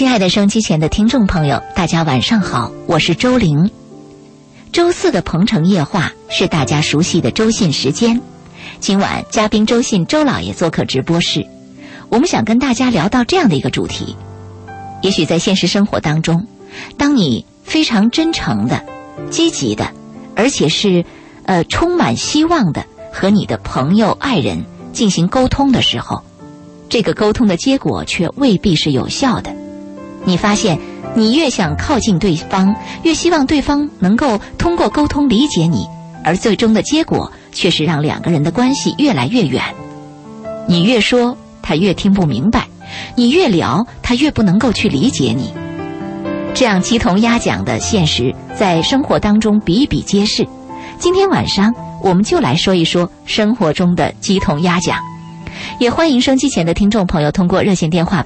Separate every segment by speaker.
Speaker 1: 亲爱的收音机前的听众朋友，大家晚上好，我是周玲。周四的鹏城夜话是大家熟悉的周信时间，今晚嘉宾周信周老爷做客直播室，我们想跟大家聊到这样的一个主题。也许在现实生活当中，当你非常真诚的、积极的，而且是充满希望的和你的朋友、爱人进行沟通的时候，这个沟通的结果却未必是有效的。你发现你越想靠近对方，越希望对方能够通过沟通理解你，而最终的结果却是让两个人的关系越来越远。你越说他越听不明白，你越聊他越不能够去理解你。这样鸡同鸭讲的现实在生活当中比比皆是。今天晚上我们就来说一说生活中的鸡同鸭讲。也欢迎收机前的听众朋友通过热线电话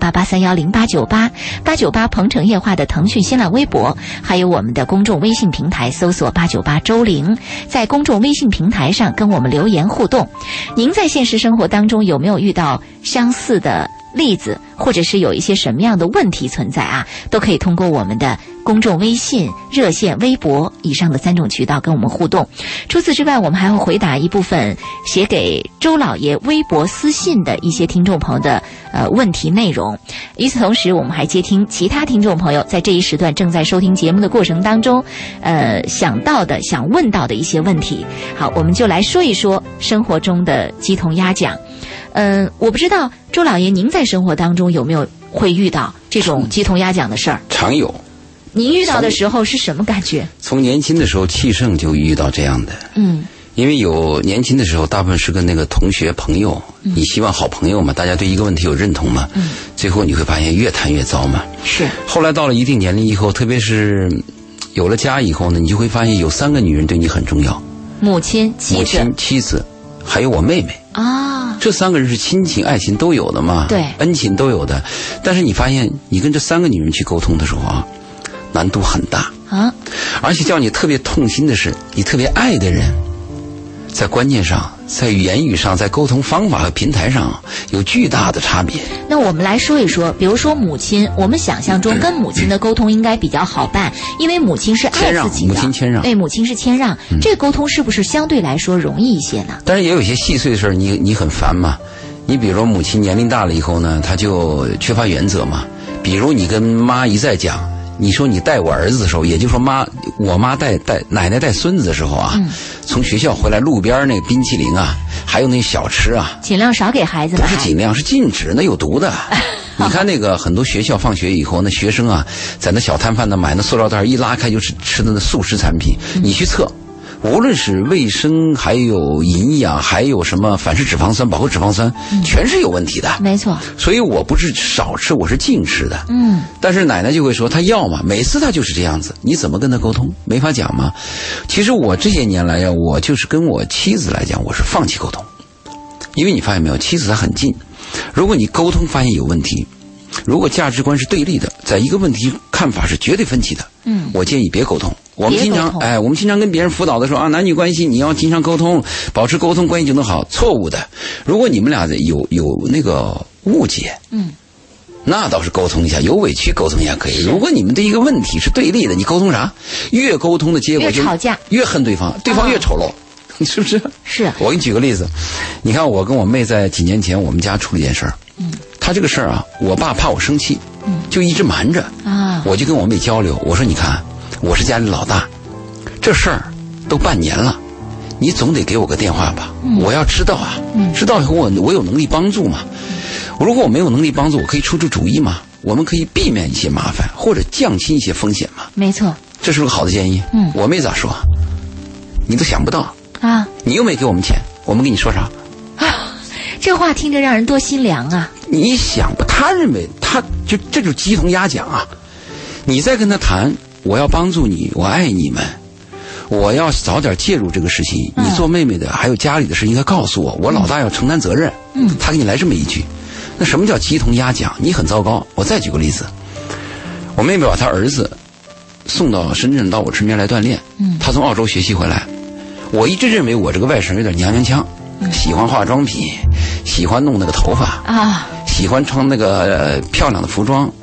Speaker 1: 88310898鹏城夜话的腾讯新浪微博，还有我们的公众微信平台搜索898周玲，在公众微信平台上跟我们留言互动。您在现实生活当中有没有遇到相似的例子，或者是有一些什么样的问题存在啊，都可以通过我们的公众微信、热线、微博以上的3种渠道跟我们互动。除此之外，我们还会回答一部分写给周老爷微博私信的一些听众朋友的问题内容。与此同时，我们还接听其他听众朋友在这一时段正在收听节目的过程当中想到的、想问到的一些问题。好，我们就来说一说生活中的鸡同鸭讲。我不知道周老爷您在生活当中有没有会遇到这种鸡同鸭讲的事儿？
Speaker 2: 常有。
Speaker 1: 您遇到的时候是什么感觉？
Speaker 2: 从年轻的时候气盛就遇到这样的。因为有年轻的时候大部分是跟那个同学朋友，你希望好朋友嘛，大家对一个问题有认同嘛，最后你会发现越谈越糟嘛。是。后来到了一定年龄以后，特别是有了家以后呢，你就会发现有3个女人对你很重要：母亲、妻子，还有我妹妹啊。这3个人是亲情、爱情都有的嘛，对，恩情都有的。但是你发现你跟这3个女人去沟通的时候啊，难度很大啊。而且叫你特别痛心的是，你特别爱的人，在观念上、在言语上、在沟通方法和平台上有巨大的差别。
Speaker 1: 那我们来说一说，比如说母亲，我们想象中跟母亲的沟通应该比较好办，因为母亲是爱自己的，
Speaker 2: 母亲谦让，
Speaker 1: 对，母亲是谦让，这个沟通是不是相对来说容易一些呢？
Speaker 2: 但是也有一些细碎的事儿，你很烦嘛。你比如说母亲年龄大了以后呢，她就缺乏原则嘛。比如你跟妈一再讲，你说你带我儿子的时候，也就是说我妈带奶奶带孙子的时候啊，从学校回来路边那个冰淇淋啊，还有那小吃啊，
Speaker 1: 尽量少给孩子们。
Speaker 2: 不是尽量，是禁止，那有毒的。你看那个很多学校放学以后，那学生啊，在那小摊贩那买那塑料袋一拉开就是吃的那速食产品，你去测。无论是卫生，还有营养，还有什么反式脂肪酸、饱和脂肪酸，全是有问题的。没错。所以我不是少吃，我是禁吃的。但是奶奶就会说她要嘛，每次她就是这样子，你怎么跟她沟通？没法讲嘛。其实我这些年来呀，我就是跟我妻子来讲，我是放弃沟通，因为你发现没有，妻子她很近，如果你沟通发现有问题，如果价值观是对立的，在一个问题看法是绝对分歧的，我建议别沟通。我们经常跟别人辅导的时候啊，男女关系你要经常沟通，保持沟通，关系就能好。错误的，如果你们俩有那个误解，那倒是沟通一下，有委屈沟通一下可以。如果你们的一个问题是对立的，你沟通啥？越沟通的结果就
Speaker 1: 越吵架，
Speaker 2: 越恨对方，对方越丑陋。你是不是？是。我给你举个例子，你看我跟我妹在几年前我们家处理一件事儿，她这个事儿啊，我爸怕我生气，就一直瞒着啊。我就跟我妹交流，我说你看，我是家里老大，这事儿都半年了，你总得给我个电话吧，我要知道啊，知道以后我有能力帮助嘛。如果我没有能力帮助，我可以出主意嘛，我们可以避免一些麻烦或者降轻一些风险嘛。没错，这是个好的建议。我妹咋说？你都想不到啊！你又没给我们钱，我们跟你说啥
Speaker 1: 啊？这话听着让人多心凉啊！
Speaker 2: 你想不？他认为这就是鸡同鸭讲啊！你再跟他谈，我要帮助你，我爱你们，我要早点介入这个事情。你做妹妹的，还有家里的事应该告诉我，我老大要承担责任。他给你来这么一句，那什么叫鸡同鸭讲？你很糟糕。我再举个例子，我妹妹把她儿子送到深圳到我身边来锻炼，他从澳洲学习回来，我一直认为我这个外甥有点娘娘腔，喜欢化妆品，喜欢弄那个头发啊，喜欢穿那个漂亮的服装。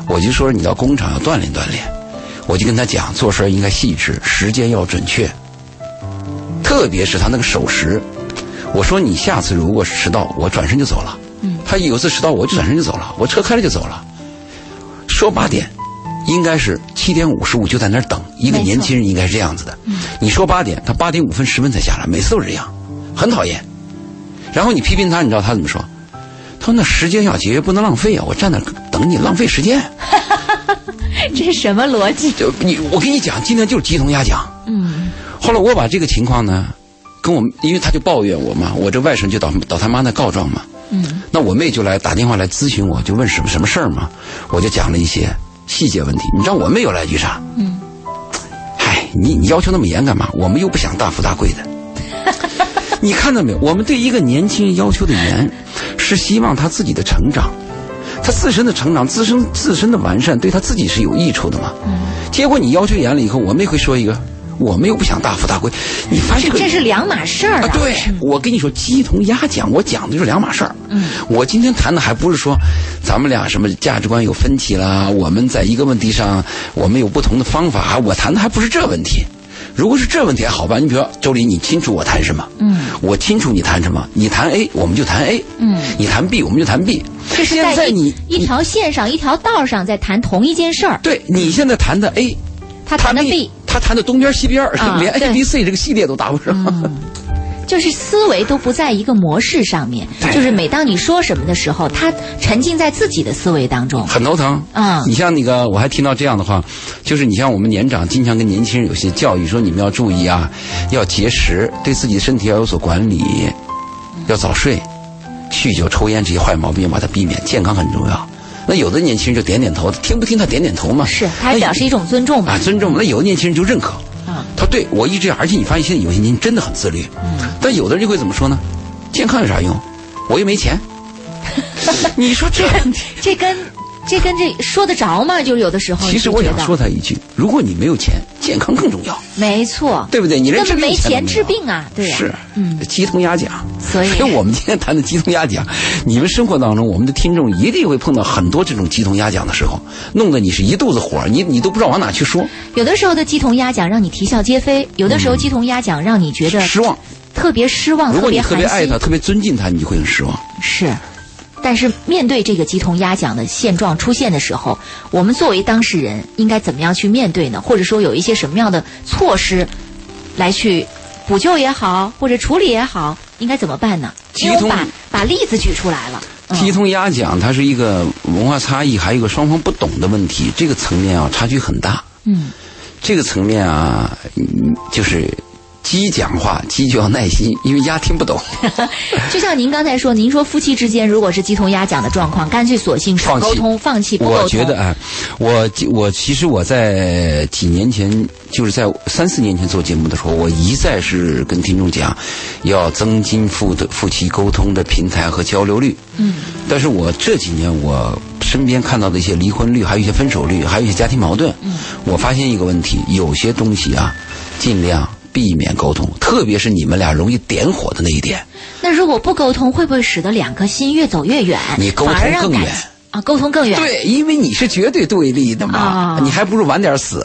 Speaker 2: 我就说你到工厂要锻炼锻炼，我就跟他讲做事应该细致，时间要准确，特别是他那个守时。我说你下次如果迟到，我转身就走了。他有次迟到，我就转身就走了，我车开了就走了。说8点，应该是7点55就在那儿等。一个年轻人应该是这样子的。你说8点，他8点5分10分才下来，每次都是这样，很讨厌。然后你批评他，你知道他怎么说？他说那时间要节约，不能浪费啊！我站那等你，浪费时间。
Speaker 1: 这是什么逻辑？
Speaker 2: 我跟你讲，今天就是鸡同鸭讲。后来我把这个情况呢，跟我，因为他就抱怨我嘛，我这外甥就到他妈那告状嘛。那我妹就来打电话来咨询我，就问什么事儿嘛，我就讲了一些细节问题。你知道我妹又来句啥？嗨，你要求那么严干嘛？我们又不想大富大贵的。你看到没有？我们对一个年轻人要求的严，是希望他自己的成长，他自身的成长、自身的完善，对他自己是有益处的嘛。结果你要求严了以后，我妹会说一个。我们又不想大富大贵，你发现
Speaker 1: 这是两码事儿啊！
Speaker 2: 对，我跟你说，鸡同鸭讲，我讲的就是两码事儿。我今天谈的还不是说咱们俩什么价值观有分歧啦，我们在一个问题上我们有不同的方法，我谈的还不是这问题。如果是这问题还好办，你比如说周林，你清楚我谈什么，我清楚你谈什么，你谈 A 我们就谈 A，你谈 B 我们就谈 B。
Speaker 1: 这是在你一条线上、一条道上在谈同一件事儿。
Speaker 2: 对，你现在谈的 A，
Speaker 1: 他谈的 B。
Speaker 2: 他谈的东边西边，连 A、B、C 这个系列都搭不上。
Speaker 1: 就是思维都不在一个模式上面，就是每当你说什么的时候，他沉浸在自己的思维当中，
Speaker 2: 很头疼。你像那个，我还听到这样的话，就是你像我们年长经常跟年轻人有些教育，说你们要注意啊，要节食，对自己的身体要有所管理，要早睡，酗酒、抽烟这些坏毛病要把它避免，健康很重要。那有的年轻人就点点头，听不听他点点头嘛？是，
Speaker 1: 他还表示一种尊重嘛？
Speaker 2: 啊，尊重。那有的年轻人就认可，他对我一直，而且你发现现在有些年轻人真的很自律，但有的人就会怎么说呢？健康有啥用？我又没钱。你说
Speaker 1: 这跟说得着吗？就有的时候，
Speaker 2: 其实我想说他一句：如果你没有钱，健康更重要。
Speaker 1: 没错，
Speaker 2: 对不对？你连
Speaker 1: 根本没钱治病啊，对呀。
Speaker 2: 是，鸡同鸭讲。
Speaker 1: 所以
Speaker 2: 我们今天谈的鸡同鸭讲，你们生活当中，我们的听众一定会碰到很多这种鸡同鸭讲的时候，弄得你是一肚子火，你都不知道往哪去说。
Speaker 1: 有的时候的鸡同鸭讲让你啼笑皆非，有的时候鸡同鸭讲让你觉得
Speaker 2: 失望，
Speaker 1: 特别失望。
Speaker 2: 如果你特别爱他，特别尊敬他，你就会很失望。
Speaker 1: 是。但是面对这个鸡同鸭讲的现状出现的时候，我们作为当事人应该怎么样去面对呢？或者说有一些什么样的措施来去补救也好，或者处理也好，应该怎么办呢？因为我把例子举出来了。
Speaker 2: 鸡同鸭讲，它是一个文化差异，还有一个双方不懂的问题，这个层面啊差距很大。这个层面啊，就是鸡讲话，鸡就要耐心，因为鸭听不懂。
Speaker 1: 就像您刚才说，您说夫妻之间如果是鸡同鸭讲的状况，干脆索性少沟通，放弃不沟通。
Speaker 2: 我觉得我其实我在几年前，就是在3、4年前做节目的时候，我一再是跟听众讲，要增进夫妻沟通的平台和交流率。但是我这几年我身边看到的一些离婚率，还有一些分手率，还有一些家庭矛盾，我发现一个问题，有些东西啊，尽量避免沟通，特别是你们俩容易点火的那一点。
Speaker 1: 那如果不沟通，会不会使得两颗心越走越远？
Speaker 2: 你沟通更远
Speaker 1: 啊，沟通更远。
Speaker 2: 对，因为你是绝对对立的嘛，你还不如晚点死。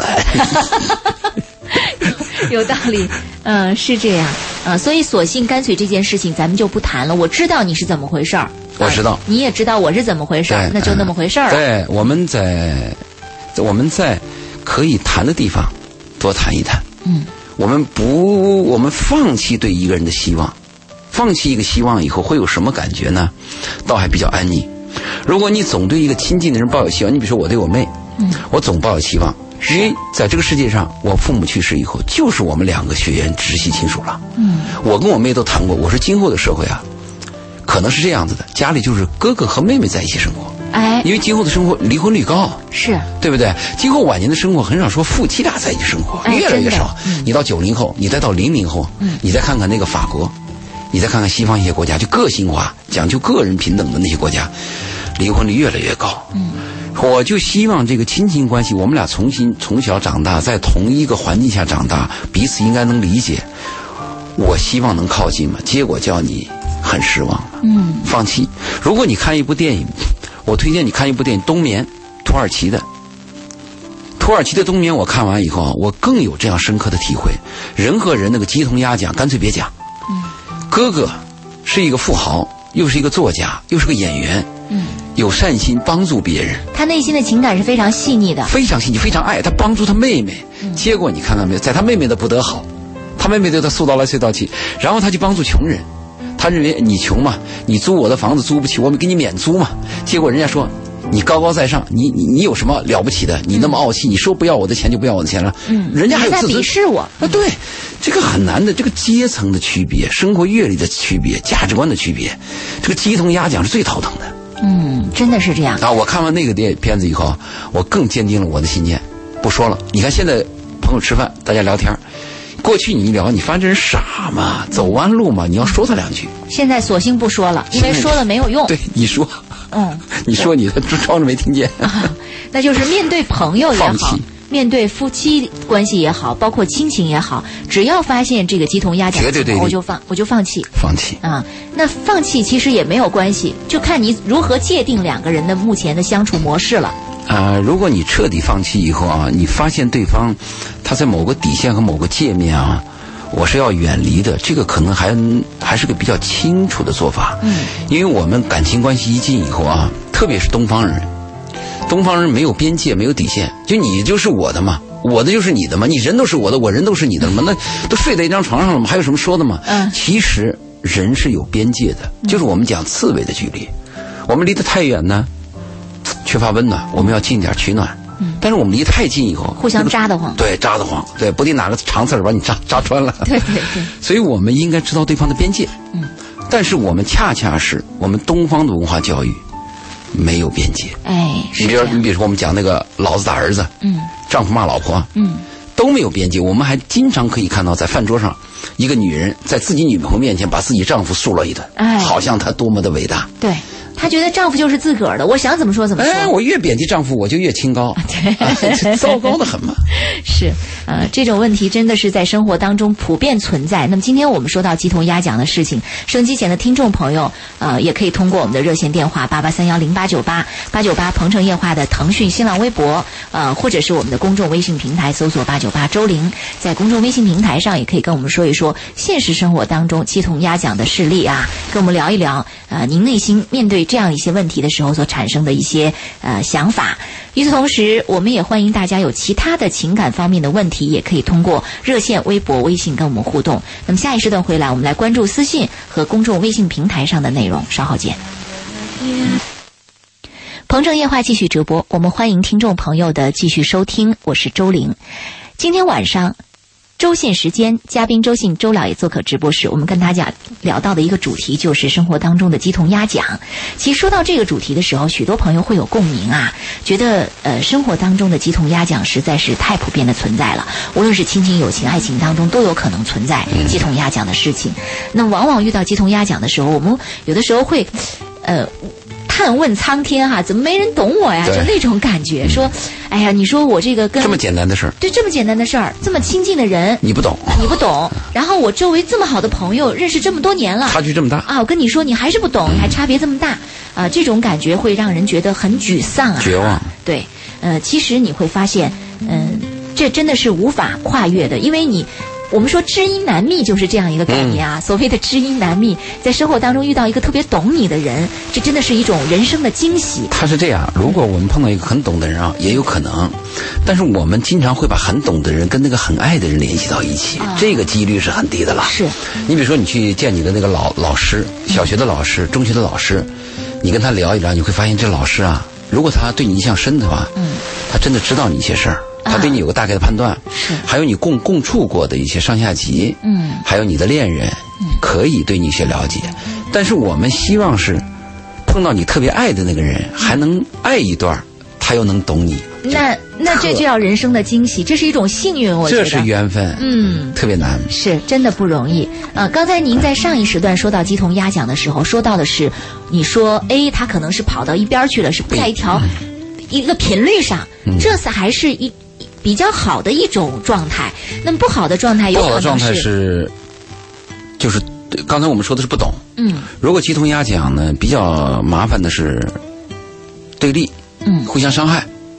Speaker 1: 有道理，是这样，所以索性干脆这件事情咱们就不谈了。我知道你是怎么回事儿，
Speaker 2: 我知道，
Speaker 1: 你也知道我是怎么回事儿，那就那么回事儿了。
Speaker 2: 对，我们在可以谈的地方多谈一谈。我们放弃对一个人的希望，放弃一个希望以后会有什么感觉呢？倒还比较安逸。如果你总对一个亲近的人抱有希望，你比如说我对我妹，我总抱有希望，因为在这个世界上，我父母去世以后，就是我们2个血缘直系亲属了。我跟我妹都谈过，我说今后的社会啊，可能是这样子的，家里就是哥哥和妹妹在一起生活。因为今后的生活离婚率高，
Speaker 1: 是
Speaker 2: 对不对？今后晚年的生活很少说夫妻俩在一起生活，越来越少。你到90后，你再到00后，你再看看那个法国，你再看看西方一些国家，就个性化、讲究个人平等的那些国家，离婚率越来越高。我就希望这个亲情关系，我们俩从小长大，在同一个环境下长大，彼此应该能理解。我希望能靠近嘛，结果叫你很失望了，放弃。如果你看一部电影，我推荐你看一部电影《冬眠》， 土耳其的。土耳其的冬眠我看完以后啊，我更有这样深刻的体会：人和人那个鸡同鸭讲，干脆别讲。哥哥是一个富豪，又是一个作家，又是个演员，有善心帮助别人。
Speaker 1: 他内心的情感是非常细腻的，
Speaker 2: 非常细腻，非常爱他，帮助他妹妹。结果你看到没有，在他妹妹的不得好，他妹妹对他塑造来隧道气，然后他去帮助穷人。他认为你穷嘛，你租我的房子租不起，我们给你免租嘛。结果人家说你高高在上，你有什么了不起的？你那么傲气，你说不要我的钱就不要我的钱了。人家还有自尊。
Speaker 1: 在鄙视我。
Speaker 2: 对，这个很难的，这个阶层的区别、生活阅历的区别、价值观的区别，这个鸡同鸭讲是最头疼的。
Speaker 1: 真的是这样。
Speaker 2: 我看完那个片子以后，我更坚定了我的信念。不说了，你看现在朋友吃饭，大家聊天。过去你一聊，你发现这人傻嘛，走弯路嘛，你要说他两句。
Speaker 1: 现在索性不说了，因为说了没有用。
Speaker 2: 对，你说，你说你的，装着没听见。
Speaker 1: 那就是面对朋友也好，
Speaker 2: 放弃，
Speaker 1: 面对夫妻关系也好，包括亲情也好，只要发现这个鸡同鸭讲，
Speaker 2: 对，
Speaker 1: 我就放弃。
Speaker 2: 放弃
Speaker 1: 啊，那放弃其实也没有关系，就看你如何界定两个人的目前的相处模式了。
Speaker 2: 如果你彻底放弃以后啊，你发现对方他在某个底线和某个界面啊，我是要远离的，这个可能还是个比较清楚的做法。因为我们感情关系一近以后啊，特别是东方人没有边界，没有底线，就你就是我的嘛，我的就是你的嘛，你人都是我的，我人都是你的嘛，那都睡在一张床上了嘛，还有什么说的嘛？其实人是有边界的，就是我们讲刺猬的距离，我们离得太远呢，缺乏温暖，我们要近点取暖。但是我们离太近以后，
Speaker 1: 互相扎得慌。
Speaker 2: 对，扎得慌。对，不定哪个长刺儿把你扎穿了。
Speaker 1: 对。
Speaker 2: 所以我们应该知道对方的边界。但是我们恰恰是我们东方的文化教育没有边界。你比如说我们讲那个老子打儿子，丈夫骂老婆，都没有边界。我们还经常可以看到在饭桌上，一个女人在自己女朋友面前把自己丈夫数落一顿，好像她多么的伟大。
Speaker 1: 对。她觉得丈夫就是自个儿的，我想怎么说怎么说。
Speaker 2: 我越贬低丈夫，我就越清高。对，糟糕的很嘛。
Speaker 1: 是，这种问题真的是在生活当中普遍存在。那么今天我们说到鸡同鸭讲的事情，收音机前的听众朋友，也可以通过我们的热线电话88310898鹏城夜话的腾讯新浪微博，或者是我们的公众微信平台搜索898周玲，在公众微信平台上也可以跟我们说一说现实生活当中鸡同鸭讲的事例啊，跟我们聊一聊您内心面对这样一些问题的时候所产生的一些想法。与此同时，我们也欢迎大家有其他的情感方面的问题，也可以通过热线、微博、微信跟我们互动。那么下一时段回来，我们来关注私信和公众微信平台上的内容，稍后见。鹏城夜话继续直播，我们欢迎听众朋友的继续收听，我是周玲。今天晚上周信时间，嘉宾周信周老爷做客直播室，我们跟大家聊到的一个主题就是生活当中的鸡同鸭讲。其实说到这个主题的时候，许多朋友会有共鸣啊，觉得生活当中的鸡同鸭讲实在是太普遍的存在了，无论是亲情、友情、爱情当中都有可能存在鸡同鸭讲的事情。那往往遇到鸡同鸭讲的时候，我们有的时候会探问苍天哈，怎么没人懂我呀？就那种感觉，说，哎呀，你说我这个跟
Speaker 2: 这么简单的事儿，
Speaker 1: 对，这么简单的事儿，这么亲近的人，
Speaker 2: 你不懂，
Speaker 1: 然后我周围这么好的朋友，认识这么多年了，
Speaker 2: 差距这么大
Speaker 1: 啊！我跟你说，你还是不懂，还差别这么大啊！这种感觉会让人觉得很沮丧啊，
Speaker 2: 绝望。
Speaker 1: 对，其实你会发现，这真的是无法跨越的，因为我们说知音难觅就是这样一个概念啊。所谓的知音难觅，在生活当中遇到一个特别懂你的人，这真的是一种人生的惊喜。
Speaker 2: 他是这样，如果我们碰到一个很懂的人啊，也有可能，但是我们经常会把很懂的人跟那个很爱的人联系到一起，这个几率是很低的了。
Speaker 1: 是，
Speaker 2: 你比如说你去见你的那个老师，小学的老师、中学的老师，你跟他聊一聊，你会发现这老师啊，如果他对你印象深的话，他真的知道你一些事儿。他对你有个大概的判断，
Speaker 1: 是，
Speaker 2: 还有你共处过的一些上下级，还有你的恋人，可以对你一些了解。但是我们希望是碰到你特别爱的那个人，还能爱一段，他又能懂你。
Speaker 1: 那这就叫人生的惊喜，这是一种幸运，我觉得
Speaker 2: 这是缘分，特别难，
Speaker 1: 是真的不容易。刚才您在上一时段说到鸡同鸭讲的时候，说到的是，你说 A 他可能是跑到一边去了，是不在一个频率上，这次还是比较好的一种状态。那么不好的状态有可能是，不好的状态是，
Speaker 2: 就是刚才我们说的是不懂。如果鸡同鸭讲呢，比较麻烦的是对立，互相伤害。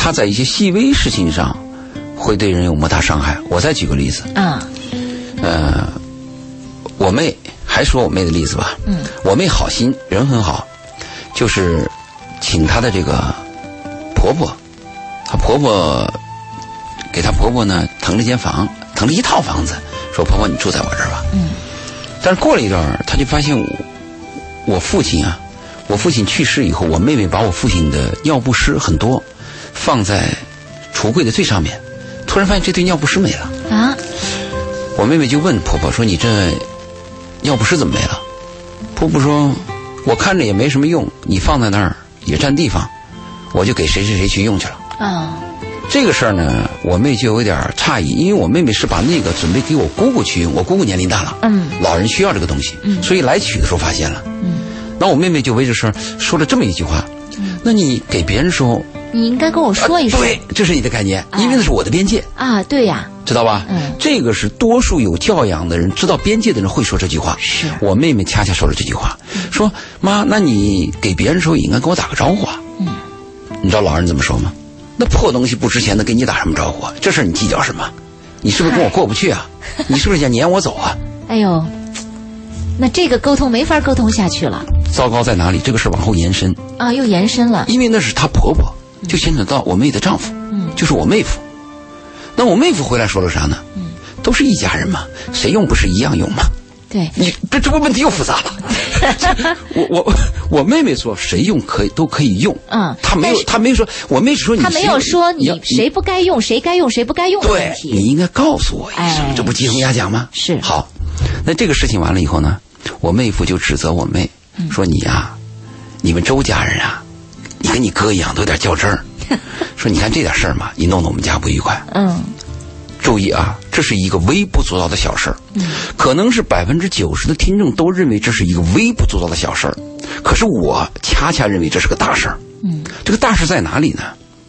Speaker 2: 它在一些细微事情上会对人有莫大伤害。我再举个例子我妹，还说我妹的例子吧。我妹好心，人很好，就是请她的这个婆婆，她婆婆给她婆婆呢腾了一套房子，说婆婆你住在我这儿吧。但是过了一段，她就发现我父亲去世以后，我妹妹把我父亲的尿不湿很多放在橱柜的最上面，突然发现这堆尿不湿没了啊！我妹妹就问婆婆说：“你这尿不湿怎么没了？”婆婆说：“我看着也没什么用，你放在那儿也占地方，我就给谁谁谁去用去了。”这个事儿呢，我妹就有点诧异，因为我妹妹是把那个准备给我姑姑去用，我姑姑年龄大了，老人需要这个东西，所以来取的时候发现了，那我妹妹就为这事儿说了这么一句话，那你给别人的时候，
Speaker 1: 你应该跟我说一声，
Speaker 2: 对，这是你的概念，因为那是我的边界
Speaker 1: 啊，对呀，
Speaker 2: 知道吧？这个是多数有教养的人、知道边界的人会说这句话。
Speaker 1: 是
Speaker 2: 我妹妹恰恰说了这句话，说妈，那你给别人的时候也应该跟我打个招呼啊。你知道老人怎么说吗？那破东西不值钱的，给你打什么招呼啊？这事儿你计较什么？你是不是跟我过不去啊？你是不是想撵我走啊？
Speaker 1: 哎呦，那这个沟通没法沟通下去了。
Speaker 2: 糟糕在哪里？这个事往后延伸
Speaker 1: 啊，又延伸了。
Speaker 2: 因为那是她婆婆，就牵扯到我妹的丈夫，就是我妹夫。那我妹夫回来说了啥呢？都是一家人嘛，谁用不是一样用嘛？
Speaker 1: 对，
Speaker 2: 你这个问题又复杂了。我妹妹说谁用都可以用，她没有说，我妹只说你，
Speaker 1: 她没有说你谁不该用，谁该用，谁不该用的问题。
Speaker 2: 对，你应该告诉我一声，这不鸡同鸭讲吗？
Speaker 1: 是。
Speaker 2: 好，那这个事情完了以后呢，我妹夫就指责我妹，说你呀，你们周家人啊，你跟你哥一样都有点较真儿，说你看这点事儿嘛，你弄得我们家不愉快。注意啊，这是一个微不足道的小事儿，可能是90%的听众都认为这是一个微不足道的小事儿，可是我恰恰认为这是个大事儿。这个大事在哪里呢？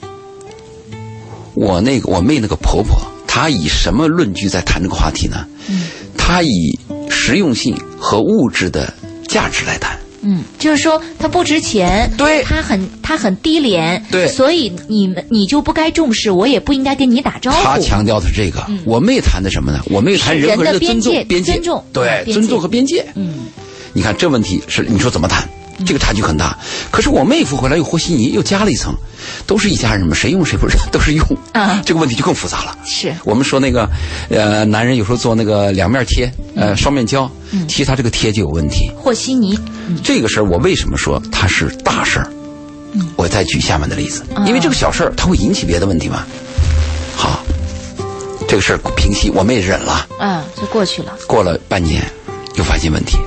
Speaker 2: 我妹那个婆婆，她以什么论据在谈这个话题呢？她以实用性和物质的价值来谈。
Speaker 1: 就是说它不值钱，
Speaker 2: 对，
Speaker 1: 它很低廉，
Speaker 2: 对，
Speaker 1: 所以你就不该重视，我也不应该跟你打招呼。
Speaker 2: 他强调的是这个，我妹谈的什么呢？我妹谈人和人的尊重、边界，对，尊重和边界。你看这问题是你说怎么谈？这个差距很大。可是我妹夫回来又和稀泥，又加了一层，都是一家人嘛，谁用谁不是都是用啊，这个问题就更复杂了。
Speaker 1: 是
Speaker 2: 我们说那个男人有时候做那个两面贴，双面胶，其实他这个贴就有问题，
Speaker 1: 和稀泥。
Speaker 2: 这个事儿我为什么说它是大事儿？我再举下面的例子，因为这个小事儿它会引起别的问题嘛。好，这个事儿平息，我妹忍了，
Speaker 1: 就过去了。
Speaker 2: 过了半年，又发现问题。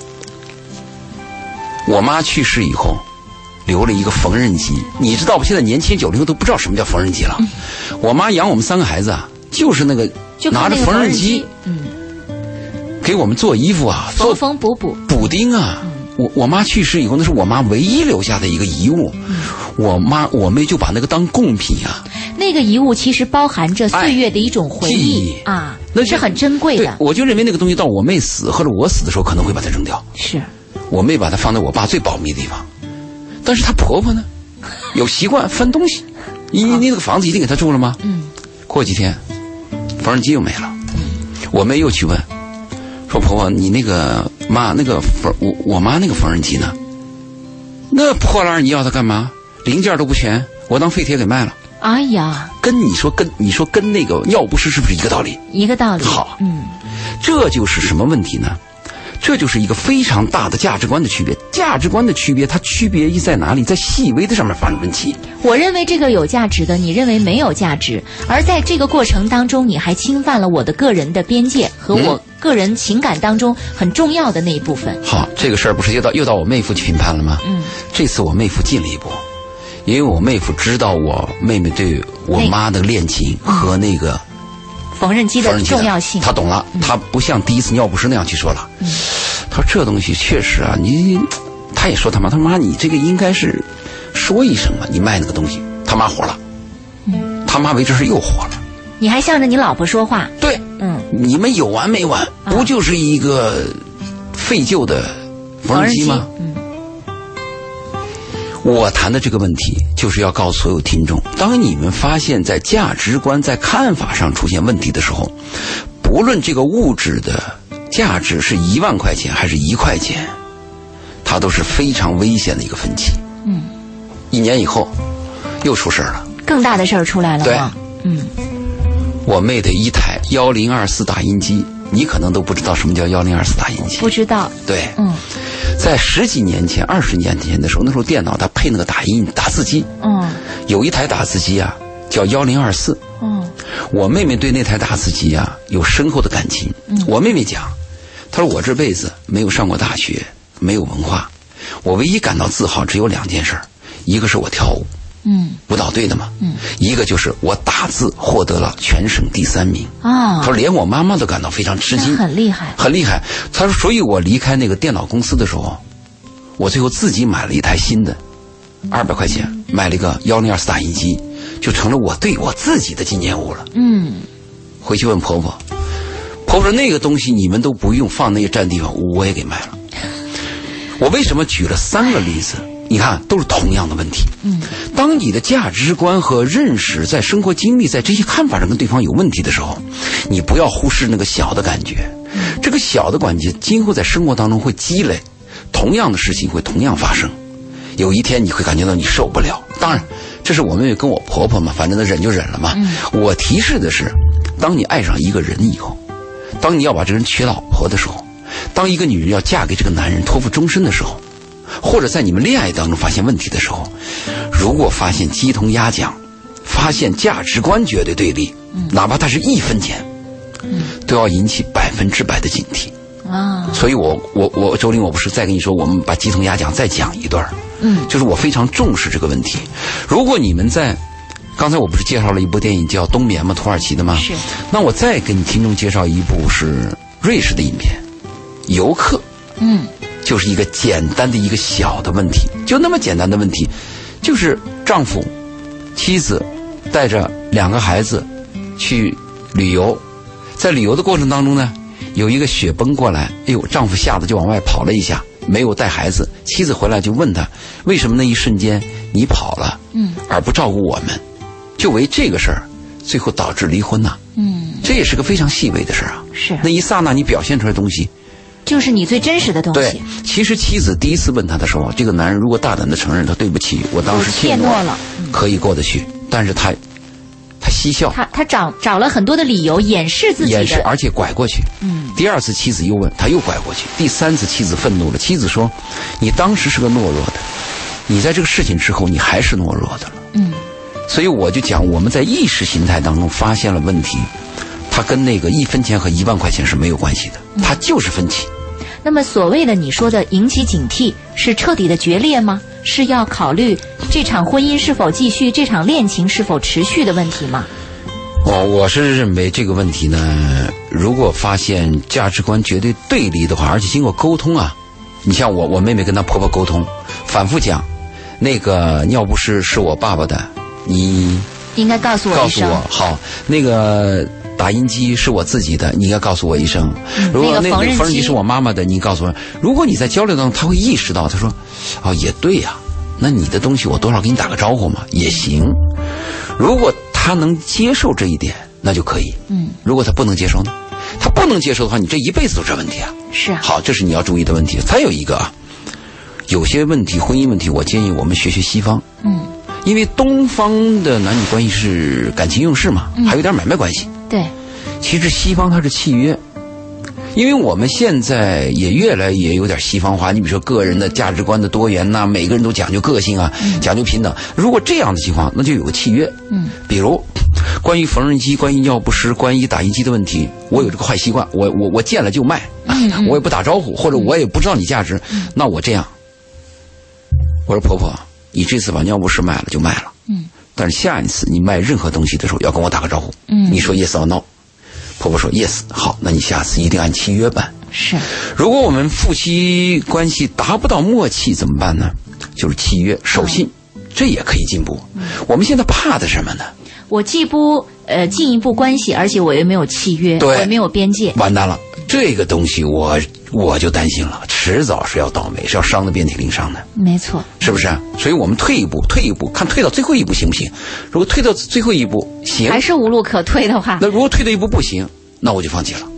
Speaker 2: 我妈去世以后，留了一个缝纫机。你知道不？现在年轻90后都不知道什么叫缝纫机了。我妈养我们3个孩子啊，就是那个拿着缝纫机，给我们做衣服啊，
Speaker 1: 缝补
Speaker 2: 补丁啊。我妈去世以后，那是我妈唯一留下的一个遗物。我妹就把那个当贡品啊。
Speaker 1: 那个遗物其实包含着岁月的一种回忆啊，那是很珍贵的。
Speaker 2: 我就认为那个东西到我妹死或者我死的时候，可能会把它扔掉。
Speaker 1: 是。
Speaker 2: 我妹把它放在我爸最保密的地方，但是她婆婆呢，有习惯翻东西。你那个房子一定给她住了吗？过几天，缝纫机又没了。我妹又去问，说婆婆，你那个妈那个我妈那个缝纫机呢？那破烂你要它干嘛？零件都不全，我当废铁给卖了。
Speaker 1: 哎呀，
Speaker 2: 跟你说跟那个尿不湿是不是一个道理？
Speaker 1: 一个道理。
Speaker 2: 好，这就是什么问题呢？这就是一个非常大的价值观的区别。价值观的区别，它区别意在哪里？在细微的上面发生分歧。
Speaker 1: 我认为这个有价值的，你认为没有价值，而在这个过程当中，你还侵犯了我的个人的边界和我个人情感当中很重要的那一部分。
Speaker 2: 好，这个事儿不是又到我妹夫去评判了吗？这次我妹夫进了一步，因为我妹夫知道我妹妹对我妈的恋情和那个
Speaker 1: 缝纫机的重要性，
Speaker 2: 他懂了。他不像第一次尿不湿那样去说了。他说这东西确实啊，他也说他妈你这个应该是说一声嘛，你卖那个东西。他妈火了，他妈为这事又火了。
Speaker 1: 你还向着你老婆说话？
Speaker 2: 对，你们有完没完？不就是一个废旧的缝纫机吗？ 我谈的这个问题就是要告诉所有听众，当你们发现在价值观在看法上出现问题的时候，不论这个物质的价值是1万块钱还是1块钱，它都是非常危险的一个分歧。1年以后又出事了，
Speaker 1: 更大的事儿出来了吗？
Speaker 2: 对，我妹的一台1024打印机，你可能都不知道什么叫1024打印机。
Speaker 1: 不知道。
Speaker 2: 对，在10几年前、20年前的时候，那时候电脑它配那个打字机，有一台打字机啊叫1024。我妹妹对那台打字机啊有深厚的感情。我妹妹讲，她说我这辈子没有上过大学，没有文化，我唯一感到自豪只有2件事，一个是我跳舞，舞蹈队的嘛，一个就是我打字获得了全省第3名。他说连我妈妈都感到非常吃惊，
Speaker 1: 很厉害，
Speaker 2: 很厉害。他说，所以我离开那个电脑公司的时候，我最后自己买了一台新的200块钱，买了一个1024打印机，就成了我对我自己的纪念物了。回去问婆婆，婆婆说那个东西你们都不用放那个占地方，我也给卖了。我为什么举了3个例子？你看，都是同样的问题。当你的价值观和认识在生活经历在这些看法上跟对方有问题的时候，你不要忽视那个小的感觉。这个小的感觉今后在生活当中会积累，同样的事情会同样发生，有一天你会感觉到你受不了。当然这是我妹妹跟我婆婆嘛，反正忍就忍了嘛。我提示的是，当你爱上一个人以后，当你要把这个人娶老婆的时候，当一个女人要嫁给这个男人托付终身的时候，或者在你们恋爱当中发现问题的时候，如果发现鸡同鸭讲，发现价值观绝对对立，哪怕它是1分钱，都要引起100%的警惕。所以我周玲，我不是再跟你说，我们把鸡同鸭讲再讲一段，就是我非常重视这个问题。如果你们在刚才我不是介绍了一部电影叫《冬眠》吗？土耳其的吗？是。那我再给你听众介绍一部是瑞士的影片《游客》。就是一个简单的一个小的问题，就那么简单的问题，就是丈夫妻子带着2个孩子去旅游，在旅游的过程当中呢，有一个雪崩过来，哎呦，丈夫吓得就往外跑了一下，没有带孩子。妻子回来就问他，为什么那一瞬间你跑了，而不照顾我们？就为这个事儿，最后导致离婚呐。这也是个非常细微的事儿啊。是。那一刹那你表现出来的东西，
Speaker 1: 就是你最真实的东西。
Speaker 2: 对，其实妻子第一次问他的时候，这个男人如果大胆的承认他对不起，我当时怯懦了，可以过得去。但是他嬉笑，
Speaker 1: 他找了很多的理由掩饰自己的，
Speaker 2: 而且拐过去。第2次妻子又问，他又拐过去。第3次妻子愤怒了，妻子说：“你当时是个懦弱的，你在这个事情之后你还是懦弱的了。”所以我就讲，我们在意识形态当中发现了问题，它跟那个1分钱和1万块钱是没有关系的，它就是分歧。
Speaker 1: 那么所谓的你说的引起警惕，是彻底的决裂吗？是要考虑这场婚姻是否继续，这场恋情是否持续的问题吗？
Speaker 2: 我是认为这个问题呢，如果发现价值观绝对对立的话，而且经过沟通啊，你像我妹妹跟她婆婆沟通，反复讲，那个尿不湿是我爸爸的，你
Speaker 1: 应该告诉我一声。
Speaker 2: 告诉我好，那个打印机是我自己的，你应该告诉我一声。如果那个缝纫机是我妈妈的，你告诉我。如果你在交流当中，他会意识到，他说：“哦，也对呀，那你的东西我多少给你打个招呼嘛，也行。”如果他能接受这一点，那就可以。如果他不能接受呢？他不能接受的话，你这一辈子都这问题啊。
Speaker 1: 是啊。
Speaker 2: 好，这是你要注意的问题。再有一个啊，有些问题，婚姻问题，我建议我们学西方。因为东方的男女关系是感情用事嘛，还有点买卖关系。
Speaker 1: 对，
Speaker 2: 其实西方它是契约，因为我们现在也越来越有点西方化。你比如说个人的价值观的多元呐，每个人都讲究个性啊，讲究平等。如果这样的情况，那就有个契约。比如关于缝纫机、关于尿不湿、关于打印机的问题，我有这个坏习惯，我见了就卖，我也不打招呼，或者我也不知道你价值，那我这样，我说婆婆，你这次把尿不湿卖了就卖了，但是下一次你卖任何东西的时候要跟我打个招呼，你说 yes or no， 婆婆说 yes， 好，那你下次一定按契约办。
Speaker 1: 是，
Speaker 2: 如果我们夫妻关系达不到默契怎么办呢？就是契约守信，这也可以进步。我们现在怕的什么呢？我
Speaker 1: 既不进一步关系，而且我又没有契约，我也没有边界，
Speaker 2: 完蛋了。 这个东西我就担心了，迟早是要倒霉，是要伤得遍体鳞伤的。
Speaker 1: 没错，
Speaker 2: 是不是？所以我们退一步，看退到最后一步行不行？如果退到最后一步行，
Speaker 1: 还是无路可退的话，
Speaker 2: 那如果退到一步不行，那我就放弃了。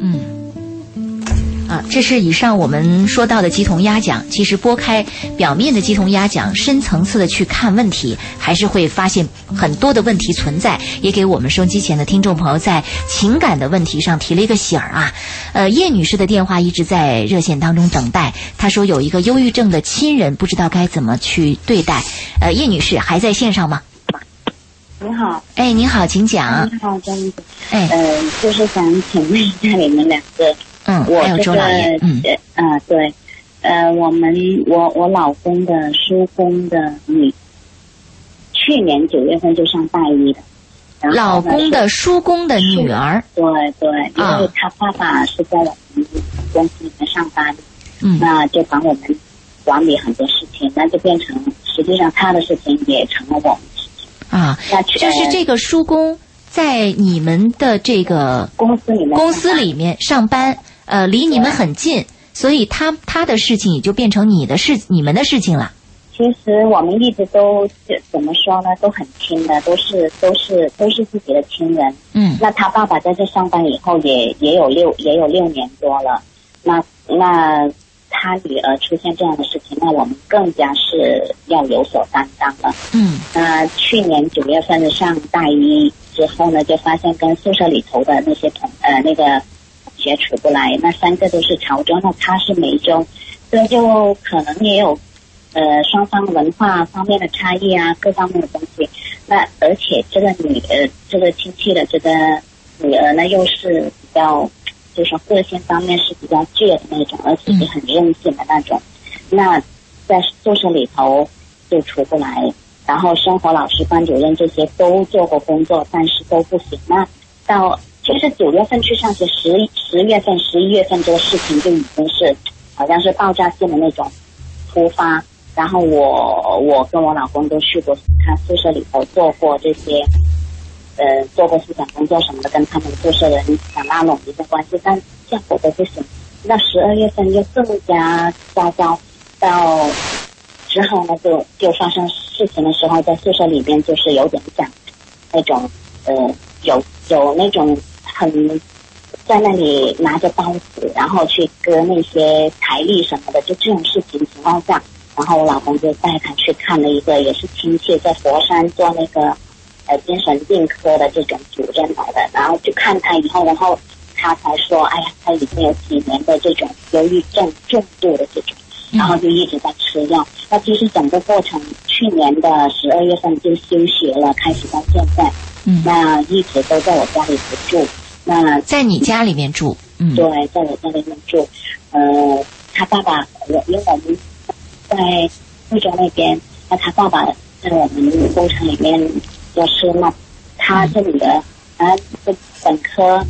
Speaker 1: 这是以上我们说到的鸡同鸭讲。其实拨开表面的鸡同鸭讲，深层次的去看问题，还是会发现很多的问题存在，也给我们收音机前的听众朋友在情感的问题上提了一个醒儿啊。叶女士的电话一直在热线当中等待，她说有一个忧郁症的亲人，不知道该怎么去对待。叶女士还在线上吗？
Speaker 3: 你好。
Speaker 1: 你好，请讲。
Speaker 3: 你好，张女士。就是想请问一下你们两个。
Speaker 1: 还有周老爷。
Speaker 3: 对，我老公的叔公的女，去年9月份就上大一的。
Speaker 1: 老公的叔公的女儿。
Speaker 3: 对，因为他爸爸是在我们公司里面上班，那就帮我们管理很多事情，那就变成实际上他的事情也成了我们的事情
Speaker 1: 啊。就是这个叔公在你们的这个公司里面上班。离你们很近，所以他的事情也就变成你们的事情了。
Speaker 3: 其实我们一直都怎么说呢，都很亲的，都是自己的亲人。那他爸爸在这上班以后也有6年多了。那他女儿出现这样的事情，那我们更加是要有所担当了。那去年9月份上大一之后呢，就发现跟宿舍里头的那些那个学处不来，那3个都是潮州，那他是梅州，所以就可能也有双方文化方面的差异啊，各方面的东西。那而且这个亲戚的这个女儿呢，又是比较就是说个性方面是比较倔的那种，而且也很任性的那种。那在宿舍里头就出不来，然后生活老师、班主任这些都做过工作，但是都不行。那到就是9月份去上学，10月份、11月份这个事情就已经是好像是爆炸性的那种突发。然后我跟我老公都去过他宿舍里头做过这些，做过思想工作什么的，跟他们宿舍人想拉拢一个关系，但效果都不行。到12月份又更加糟糕，到之后呢就发生事情的时候，在宿舍里面就是有点像那种有那种很在那里拿着刀子，然后去割那些台历什么的，就这种事情情况下，然后我老公就带他去看了一个也是亲戚在佛山做那个精神病科的这种主任来的，然后就看他以后，然后他才说，哎呀，他已经有几年的这种忧郁症重度的这种，然后就一直在吃药。那其实整个过程去年的12月份就休学了，开始到现在。那一直都在我家里不住。那
Speaker 1: 在你家里面住？
Speaker 3: 对，在我家里面住。他爸爸，因为我们在惠州那边，那他爸爸在我们工厂里面做事，那他这里的本科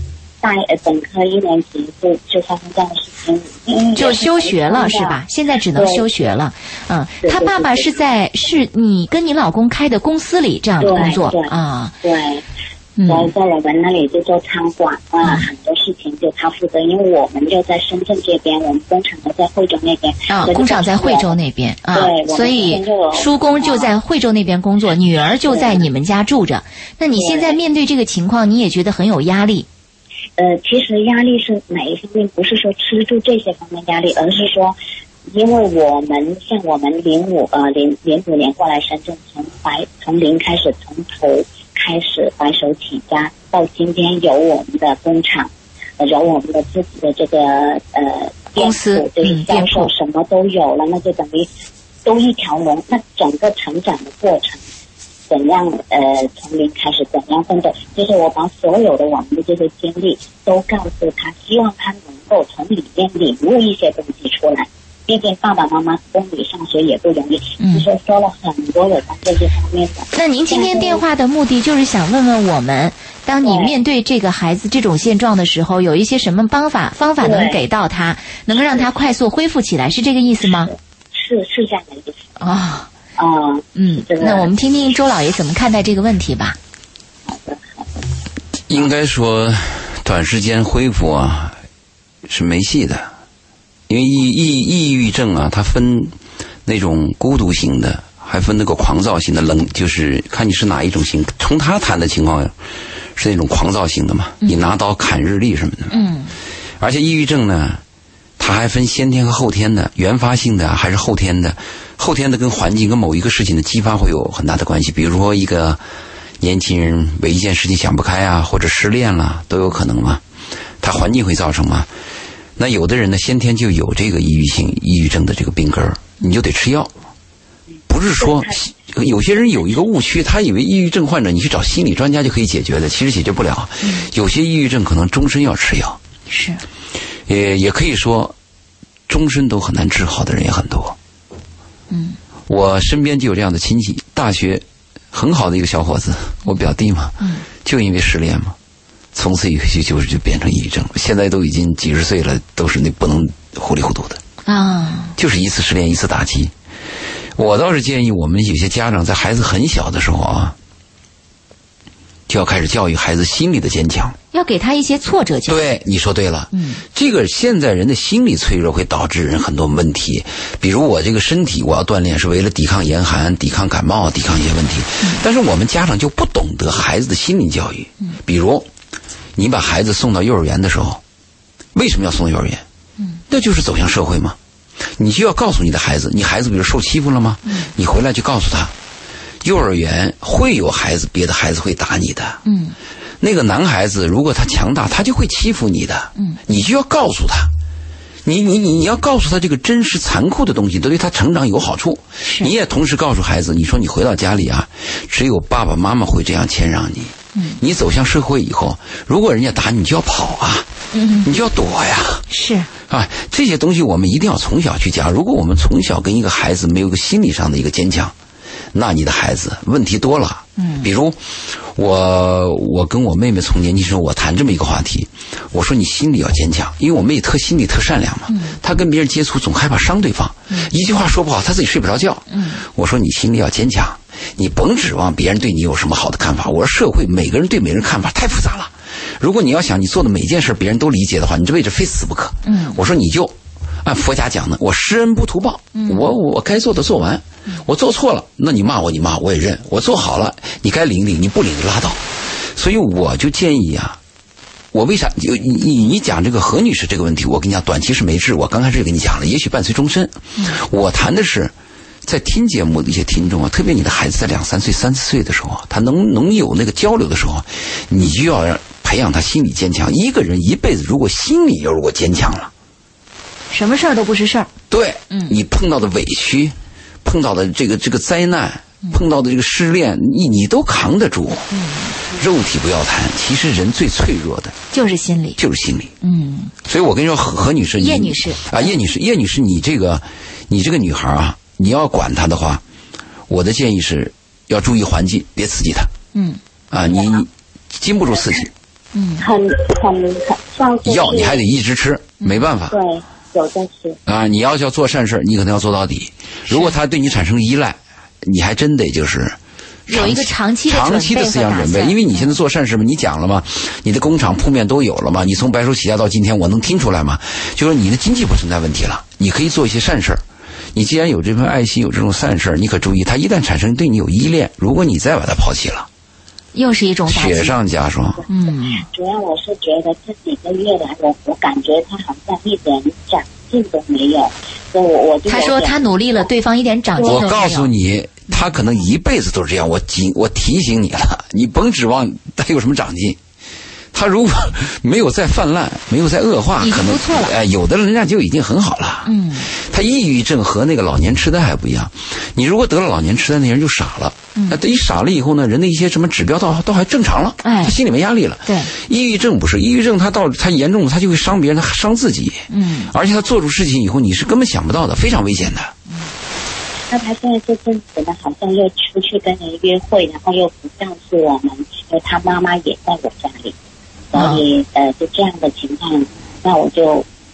Speaker 3: 1年级就发生这样的事情，
Speaker 1: 就休学了是吧？现在只能休学了。他爸爸是你跟你老公开的公司里这样的工作啊？
Speaker 3: 对。然后在我们那里就做仓管很多事情就他负责，因为我们就在深圳这边，我们工厂在惠州那边
Speaker 1: 工厂在惠州那边
Speaker 3: 对，
Speaker 1: 所以叔公就在惠州那边工作，女儿就在你们家住着。那你现在面对这个情况，你也觉得很有压力？
Speaker 3: 其实压力是哪一方面？不是说吃住这些方面压力，而是说，因为我们05年过来深圳，从零开始，从头开始白手起家，到今天有我们的工厂，有我们的自己的这个
Speaker 1: 公司，
Speaker 3: 就是销售什么都有了，那就等于都一条龙。那整个成长的过程，怎样从零开始怎样奋斗，就是我把所有的我们的这些经历都告诉他，希望他能够从里面领悟一些东西出来。毕竟爸爸妈妈供你上学也不容易，就是说了很多有关这些方面的。
Speaker 1: 那您今天电话的目的就是想问问我们，当你面对这个孩子这种现状的时候，有一些什么方法能给到他，能够让他快速恢复起来，是这个意思吗？
Speaker 3: 是这样的意思。
Speaker 1: 那我们听听周老爷怎么看待这个问题吧。
Speaker 3: 好的。
Speaker 2: 应该说短时间恢复是没戏的，因为抑郁症啊，它分那种孤独型的，还分那个狂躁型的，就是看你是哪一种型。从他谈的情况是那种狂躁型的嘛，你拿刀砍日历什么的。而且抑郁症呢，它还分先天和后天的，原发性的还是后天的。后天的跟环境跟某一个事情的激发会有很大的关系，比如说一个年轻人为一件事情想不开啊，或者失恋了都有可能嘛，他环境会造成嘛。那有的人呢，先天就有这个抑郁症的这个病根儿，你就得吃药。不是说有些人有一个误区，他以为抑郁症患者你去找心理专家就可以解决的，其实解决不了。有些抑郁症可能终身要吃药，
Speaker 1: 是，
Speaker 2: 也可以说终身都很难治好的人也很多。我身边就有这样的亲戚，大学很好的一个小伙子，我表弟嘛，就因为失恋嘛，从此以后就变成抑郁症了。现在都已经几十岁了，都是那不能糊里糊涂的啊，就是一次失恋一次打击。我倒是建议我们有些家长在孩子很小的时候啊，就要开始教育孩子心理的坚强，
Speaker 1: 要给他一些挫折教育。
Speaker 2: 对，你说对了。这个现在人的心理脆弱会导致人很多问题，比如我这个身体我要锻炼是为了抵抗严寒、抵抗感冒、抵抗一些问题，但是我们家长就不懂得孩子的心理教育。比如你把孩子送到幼儿园的时候，为什么要送幼儿园？那就是走向社会嘛。你就要告诉你的孩子，你孩子比如受欺负了吗？你回来就告诉他，幼儿园会有别的孩子会打你的。那个男孩子如果他强大，他就会欺负你的。你就要告诉他，你要告诉他这个真实残酷的东西都对他成长有好处。你也同时告诉孩子，你说你回到家里啊，只有爸爸妈妈会这样谦让你。你走向社会以后，如果人家打你，你就要跑啊，你就要躲呀。
Speaker 1: 是
Speaker 2: 啊，这些东西我们一定要从小去讲。如果我们从小跟一个孩子没有一个心理上的一个坚强，那你的孩子问题多了。比如我跟我妹妹从年轻时候我谈这么一个话题，我说你心理要坚强，因为我妹心理特善良嘛，她跟别人接触总害怕伤对方，一句话说不好她自己睡不着觉。我说你心理要坚强，你甭指望别人对你有什么好的看法。我说社会每个人对每个人看法太复杂了，如果你要想你做的每件事别人都理解的话，你这辈子非死不可。我说你就按佛家讲的，我施恩不图报，我该做的做完，我做错了，那你骂我我也认，我做好了，你该领你不领就拉倒。所以我就建议啊，我为啥你讲这个何女士这个问题，我跟你讲短期是没治，我刚开始也跟你讲了，也许伴随终身。我谈的是在听节目的一些听众啊，特别你的孩子在2、3岁、3、4岁的时候，他能有那个交流的时候，你就要培养他心理坚强。一个人一辈子如果心理如果坚强了，
Speaker 1: 什么事儿都不是事儿。
Speaker 2: 对，你碰到的委屈，碰到的这个灾难，碰到的这个失恋，你都扛得住。肉体不要谈，其实人最脆弱的
Speaker 1: 就是心理，
Speaker 2: 就是心理。所以我跟你说，何女士，
Speaker 1: 叶女士
Speaker 2: 啊，叶女士，你这个女孩啊，你要管她的话，我的建议是要注意环境，别刺激她。你经不住刺激。
Speaker 3: 很上次
Speaker 2: 药你还得一直吃，没办法。
Speaker 3: 对，有在吃。
Speaker 2: 啊，你要做善事，你可能要做到底。如果他对你产生依赖，你还真得就是
Speaker 1: 有一个长期
Speaker 2: 的思想准备。因为你现在做善事嘛，你讲了嘛，你的工厂铺面都有了嘛，你从白手起家到今天，我能听出来嘛，就是你的经济不存在问题了，你可以做一些善事。你既然有这份爱心，有这种善事，你可注意，他一旦产生对你有依恋，如果你再把他抛弃了，
Speaker 1: 又是一种
Speaker 2: 雪上加霜。
Speaker 3: 主要我是觉得这几个月来，我感觉他好像一点长进都没有，所以我就他
Speaker 1: 说他努力了，对方一点长进都没有。
Speaker 2: 我告诉你，他可能一辈子都是这样。我提醒你了，你甭指望他有什么长进。他如果没有再泛滥，没有再恶化，可能不错了。有的人家就已经很好了。他抑郁症和那个老年痴呆还不一样。你如果得了老年痴呆，那人就傻了。那一傻了以后呢，人的一些什么指标都还正常了。他心里没压力了。
Speaker 1: 对，
Speaker 2: 抑郁症不是，抑郁症他严重了，他就会伤别人，他伤自己。而且他做出事情以后，你是根本想不到的，非常危险的。
Speaker 3: 那他现在这阵子呢，好像又出去跟人约会，然后又不告诉我们，因为他妈妈也在我家里。所以就这样的情况，那我就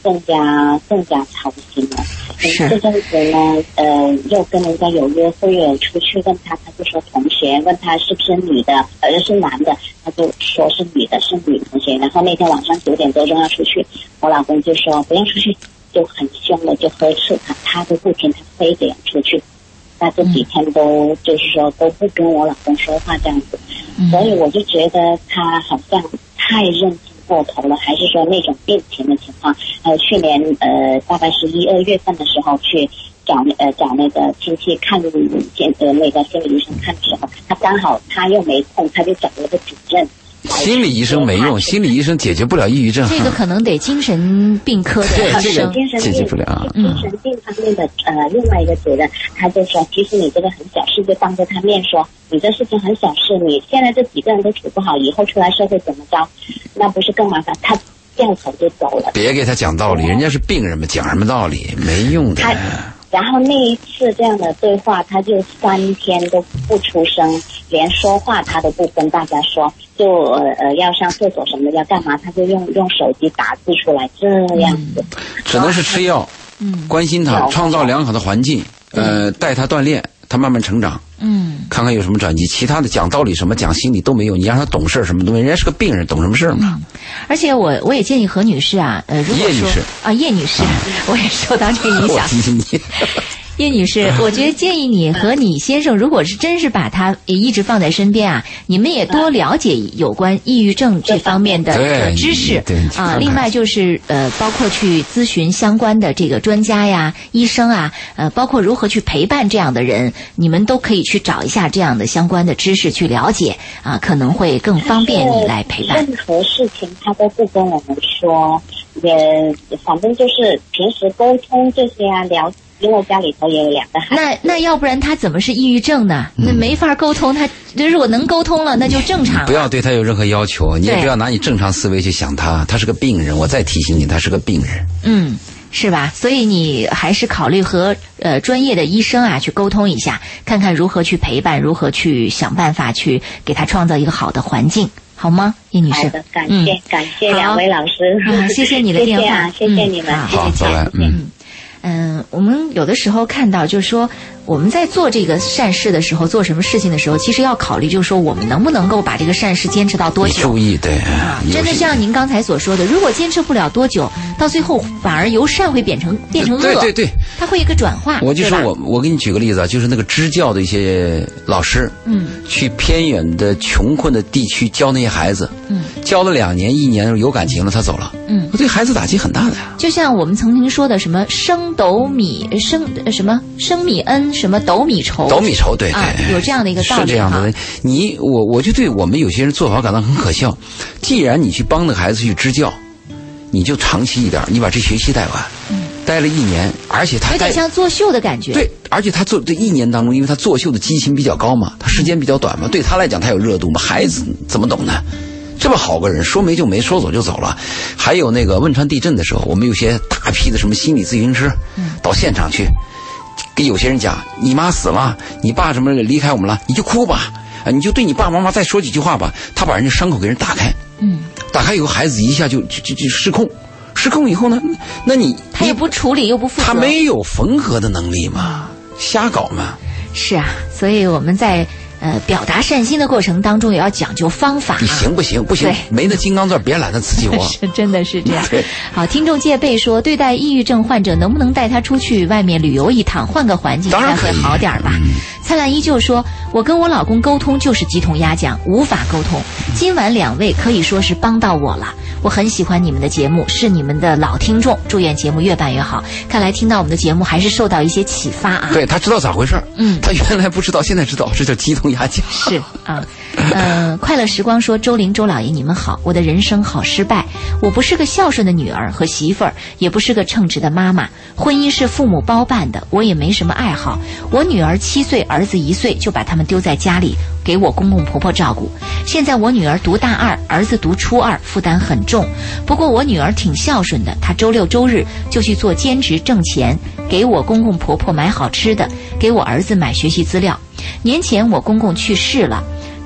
Speaker 3: 更加操心了。
Speaker 1: 是
Speaker 3: 这阵子呢，又跟人家有约会，出去问他就说同学，问他是不是女的，是男的，他就说是女的，是女同学。然后那天晚上9点多钟要出去，我老公就说不要出去，就很凶的就呵斥他，他都不听，他非得要出去。那这几天都就是说都不跟我老公说话这样子，所以我就觉得他好像太认真过头了，还是说那种病情的情况。去年大概是1、2月份的时候去找那个亲戚看那个心理医生看的时候，他刚好他又没空，他就找了个主任。
Speaker 2: 心理医生没用，心理医生解决不了抑郁症。
Speaker 1: 这个可能得精神病科的医生
Speaker 2: 解决不了。
Speaker 3: 精神病方面的另外一个主任，他就说，其实你这个很小事，就当着他面说，你这事情很小事，你现在这几个人都处不好，以后出来社会怎么着，那不是更麻烦？他掉头就走了。别
Speaker 2: 给他讲道理，人家是病人嘛，讲什么道理没用的。
Speaker 3: 然后那一次这样的对话，他就3天都不出声，连说话他都不跟大家说，就要上厕所什么的要干嘛，他就用手机打字出来这样子。
Speaker 2: 只能是吃药，关心他，创造良好的环境，带他锻炼，他慢慢成长。看看有什么转机，其他的讲道理什么讲心理都没用，你让他懂事什么东西，人家是个病人，懂什么事嘛？
Speaker 1: 而且我也建议何女士啊，如果说叶女士，我也受到这个影响。
Speaker 2: 我提醒你。
Speaker 1: 叶女士，我觉得建议你和你先生，如果是真是把他也一直放在身边啊，你们也多了解有关抑郁症这方面的知识啊。另外就是包括去咨询相关的这个专家呀、医生啊，包括如何去陪伴这样的人，你们都可以去找一下这样的相关的知识去了解啊，可能会更方便你来陪伴。
Speaker 3: 任何事情他都不跟我们说，也反正就是平时沟通这些啊，聊。因为家里头也有2个孩子，
Speaker 1: 那要不然他怎么是抑郁症呢？那没法沟通，他如果能沟通了，那就正常了。
Speaker 2: 不要对他有任何要求，你也不要拿你正常思维去想他，他是个病人。我再提醒你，他是个病人。
Speaker 1: 是吧？所以你还是考虑和专业的医生啊去沟通一下，看看如何去陪伴，如何去想办法去给他创造一个好的环境，好吗，叶女士？
Speaker 3: 好的，感谢2位老师，
Speaker 1: 谢谢你的电话，
Speaker 3: 谢谢你们，
Speaker 2: 好，拜拜。
Speaker 1: 我们有的时候看到，就是说我们在做这个善事的时候，做什么事情的时候，其实要考虑，就是说我们能不能够把这个善事坚持到多久？
Speaker 2: 你注意，对
Speaker 1: 真的像您刚才所说的，如果坚持不了多久，到最后反而由善会变成恶，
Speaker 2: 对，
Speaker 1: 它会一个转化。
Speaker 2: 我就说我给你举个例子啊，就是那个支教的一些老师，去偏远的穷困的地区教那些孩子，教了2年1年有感情了，他走了，对孩子打击很大的呀。就
Speaker 1: 像我们曾经说的什么生米恩，什么斗米仇，
Speaker 2: 对，
Speaker 1: 有这样的一个道理，
Speaker 2: 是这样的。我就对我们有些人做法感到很可笑。既然你去帮那个孩子去支教，你就长期一点，你把这学期带完，待了1年，而且他
Speaker 1: 有点像作秀的感觉。
Speaker 2: 对，而且他做这1年当中，因为他作秀的激情比较高嘛，他时间比较短嘛，对他来讲他有热度嘛，孩子怎么懂呢？这么好个人，说没就没，说走就走了。还有那个汶川地震的时候，我们有些大批的什么心理咨询师到现场去，给有些人讲，你妈死了，你爸什么离开我们了，你就哭吧，你就对你爸爸妈妈再说几句话吧。他把人家伤口给人打开，打开以后孩子一下就失控以后呢，那
Speaker 1: 他也不处理又不负责，
Speaker 2: 他没有缝合的能力嘛，瞎搞嘛。
Speaker 1: 是啊，所以我们在表达善心的过程当中也要讲究方法。
Speaker 2: 你行不行？不行，没那金刚钻别揽那瓷器活。
Speaker 1: 是，真的是这样。好，听众戒备说，对待抑郁症患者，能不能带他出去外面旅游一趟，换个环境，
Speaker 2: 当然可以，
Speaker 1: 会好点吧？灿烂依旧说，我跟我老公沟通就是鸡同鸭讲，无法沟通。今晚2位可以说是帮到我了。我很喜欢你们的节目，是你们的老听众，祝愿节目越办越好。看来听到我们的节目还是受到一些启发啊。
Speaker 2: 对，他知道咋回事。他原来不知道，现在知道，这叫鸡同鸭讲。
Speaker 1: 是啊，快乐时光说，周玲周老爷你们好，我的人生好失败，我不是个孝顺的女儿和媳妇儿，也不是个称职的妈妈，婚姻是父母包办的，我也没什么爱好。我女儿7岁，儿子1岁，就把他们丢在家里给我公公婆婆照顾。现在我女儿读大2，儿子读初2，负担很重。不过我女儿挺孝顺的，她周6周日就去做兼职挣钱，给我公公婆婆买好吃的，给我儿子买学习资料。年前我公公去世了，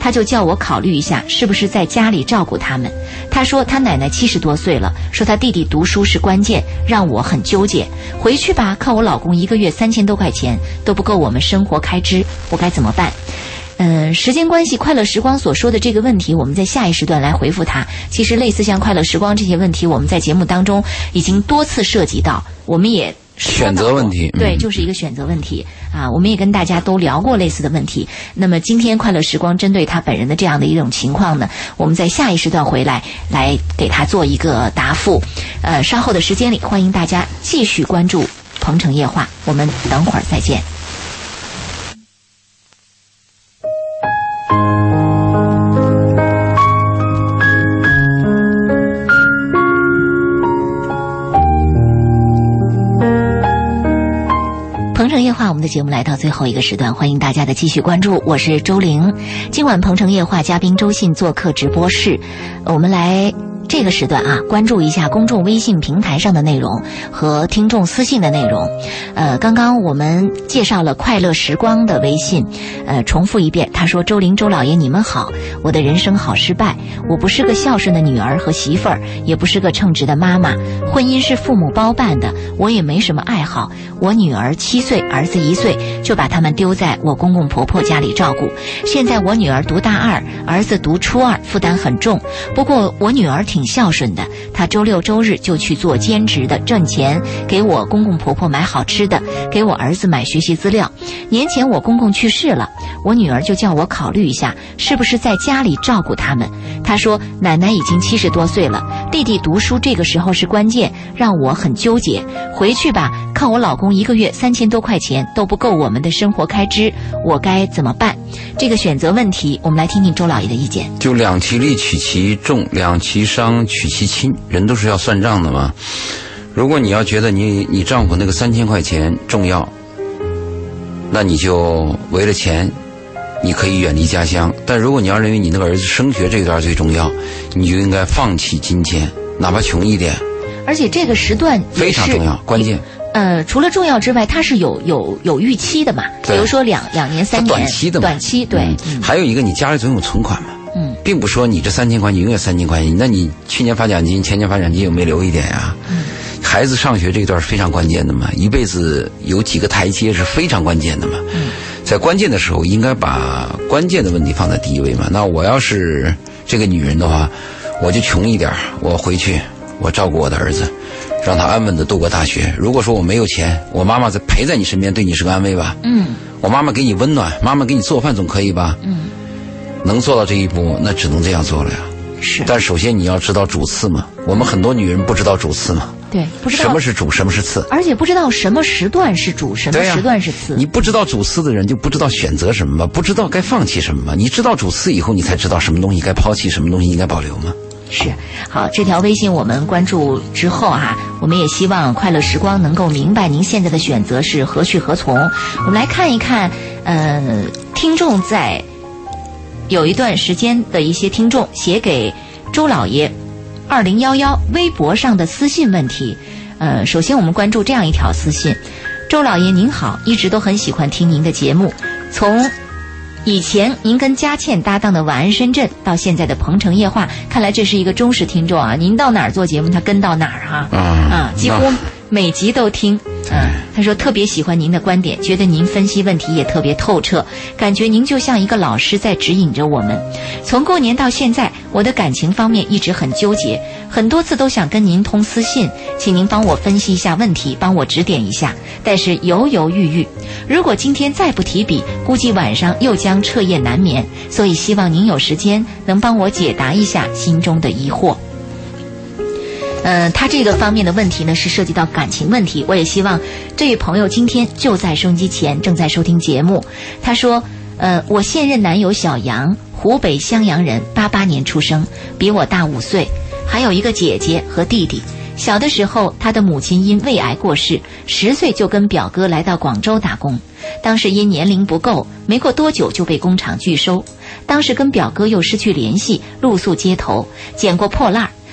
Speaker 1: 他就叫我考虑一下是不是在家里照顾他们。他说他奶奶70多岁了，说他弟弟读书是关键，让我很纠结。回去吧，靠我老公1个月3000多块钱都不够我们生活开支，我该怎么办？时间关系，快乐时光所说的这个问题，我们在下一时段来回复他。其实类似像快乐时光这些问题，我们在节目当中已经多次涉及到，我们也
Speaker 2: 选择问题，
Speaker 1: 对，就是一个选择问题啊。我们也跟大家都聊过类似的问题。那么今天快乐时光针对他本人的这样的一种情况呢，我们在下一时段回来给他做一个答复。稍后的时间里，欢迎大家继续关注鹏城夜话，我们等会儿再见。鹏城夜话，我们的节目来到最后一个时段，欢迎大家的继续关注，我是周玲。今晚鹏城夜话嘉宾周信做客直播室，我们来这个时段啊，关注一下公众微信平台上的内容和听众私信的内容。刚刚我们介绍了快乐时光的微信，重复一遍，他说：周玲、周老爷，你们好，我的人生好失败，我不是个孝顺的女儿和媳妇儿，也不是个称职的妈妈，婚姻是父母包办的，我也没什么爱好。我女儿7岁，儿子1岁，就把他们丢在我公公婆婆家里照顾。现在我女儿读大2，儿子读初2，负担很重。不过我女儿挺孝顺的，她周六周日就去做兼职的，挣钱给我公公婆婆买好吃的，给我儿子买学习资料。年前我公公去世了，我女儿就叫我考虑一下是不是在家里照顾他们。她说奶奶已经70多岁了，弟弟读书这个时候是关键，让我很纠结。回去吧，靠我老公1个月3000多块钱都不够我们的生活开支，我该怎么办？这个选择问题，我们来听听周老爷的意见。
Speaker 2: 就两其利取其重，两其伤取其轻，人都是要算账的嘛。如果你要觉得你丈夫那个3000块钱重要，那你就为了钱你可以远离家乡。但如果你要认为你那个儿子升学这一段最重要，你就应该放弃金钱，哪怕穷一点。
Speaker 1: 而且这个时段
Speaker 2: 非常重要，关键。
Speaker 1: 除了重要之外，它是有预期的嘛？比如说2年3年，
Speaker 2: 短期的嘛。
Speaker 1: 短期对。
Speaker 2: 还有一个，你家里总有存款嘛。并不说你这3000块钱永远3000块钱，那你去年发奖金、前年发奖金有没有留一点呀？孩子上学这一段是非常关键的嘛，一辈子有几个台阶是非常关键的嘛。在关键的时候，应该把关键的问题放在第一位嘛。那我要是这个女人的话，我就穷一点，我回去我照顾我的儿子，让他安稳的度过大学。如果说我没有钱，我妈妈陪在你身边，对你是个安慰吧。我妈妈给你温暖，妈妈给你做饭总可以吧。能做到这一步，那只能这样做了呀。
Speaker 1: 是。
Speaker 2: 但首先你要知道主次嘛，我们很多女人不知道主次嘛。
Speaker 1: 对，不知道
Speaker 2: 什么是主，什么是次，
Speaker 1: 而且不知道什么时段是主，什么时段是次。
Speaker 2: 你不知道主次的人就不知道选择什么嘛，不知道该放弃什么嘛。你知道主次以后，你才知道什么东西该抛弃，什么东西应该保留嘛。
Speaker 1: 是。好，这条微信我们关注之后啊，我们也希望快乐时光能够明白您现在的选择是何去何从。我们来看一看，听众在有一段时间的一些听众写给周老爷2011微博上的私信问题。首先我们关注这样一条私信：周老爷您好，一直都很喜欢听您的节目，从以前您跟佳倩搭档的晚安深圳到现在的鹏城夜话，看来这是一个忠实听众啊，您到哪儿做节目他跟到哪儿哈。几乎每集都听。他说特别喜欢您的观点，觉得您分析问题也特别透彻，感觉您就像一个老师在指引着我们。从过年到现在，我的感情方面一直很纠结，很多次都想跟您通私信，请您帮我分析一下问题，帮我指点一下，但是犹犹豫豫。如果今天再不提笔，估计晚上又将彻夜难眠，所以希望您有时间能帮我解答一下心中的疑惑。他这个方面的问题呢是涉及到感情问题，我也希望这位朋友今天就在收音机前正在收听节目。他说我现任男友小杨，湖北襄阳人，88年出生，比我大5岁，还有一个姐姐和弟弟。小的时候他的母亲因胃癌过世，10岁就跟表哥来到广州打工，当时因年龄不够，没过多久就被工厂拒收。当时跟表哥又失去联系，露宿街头，捡过破烂，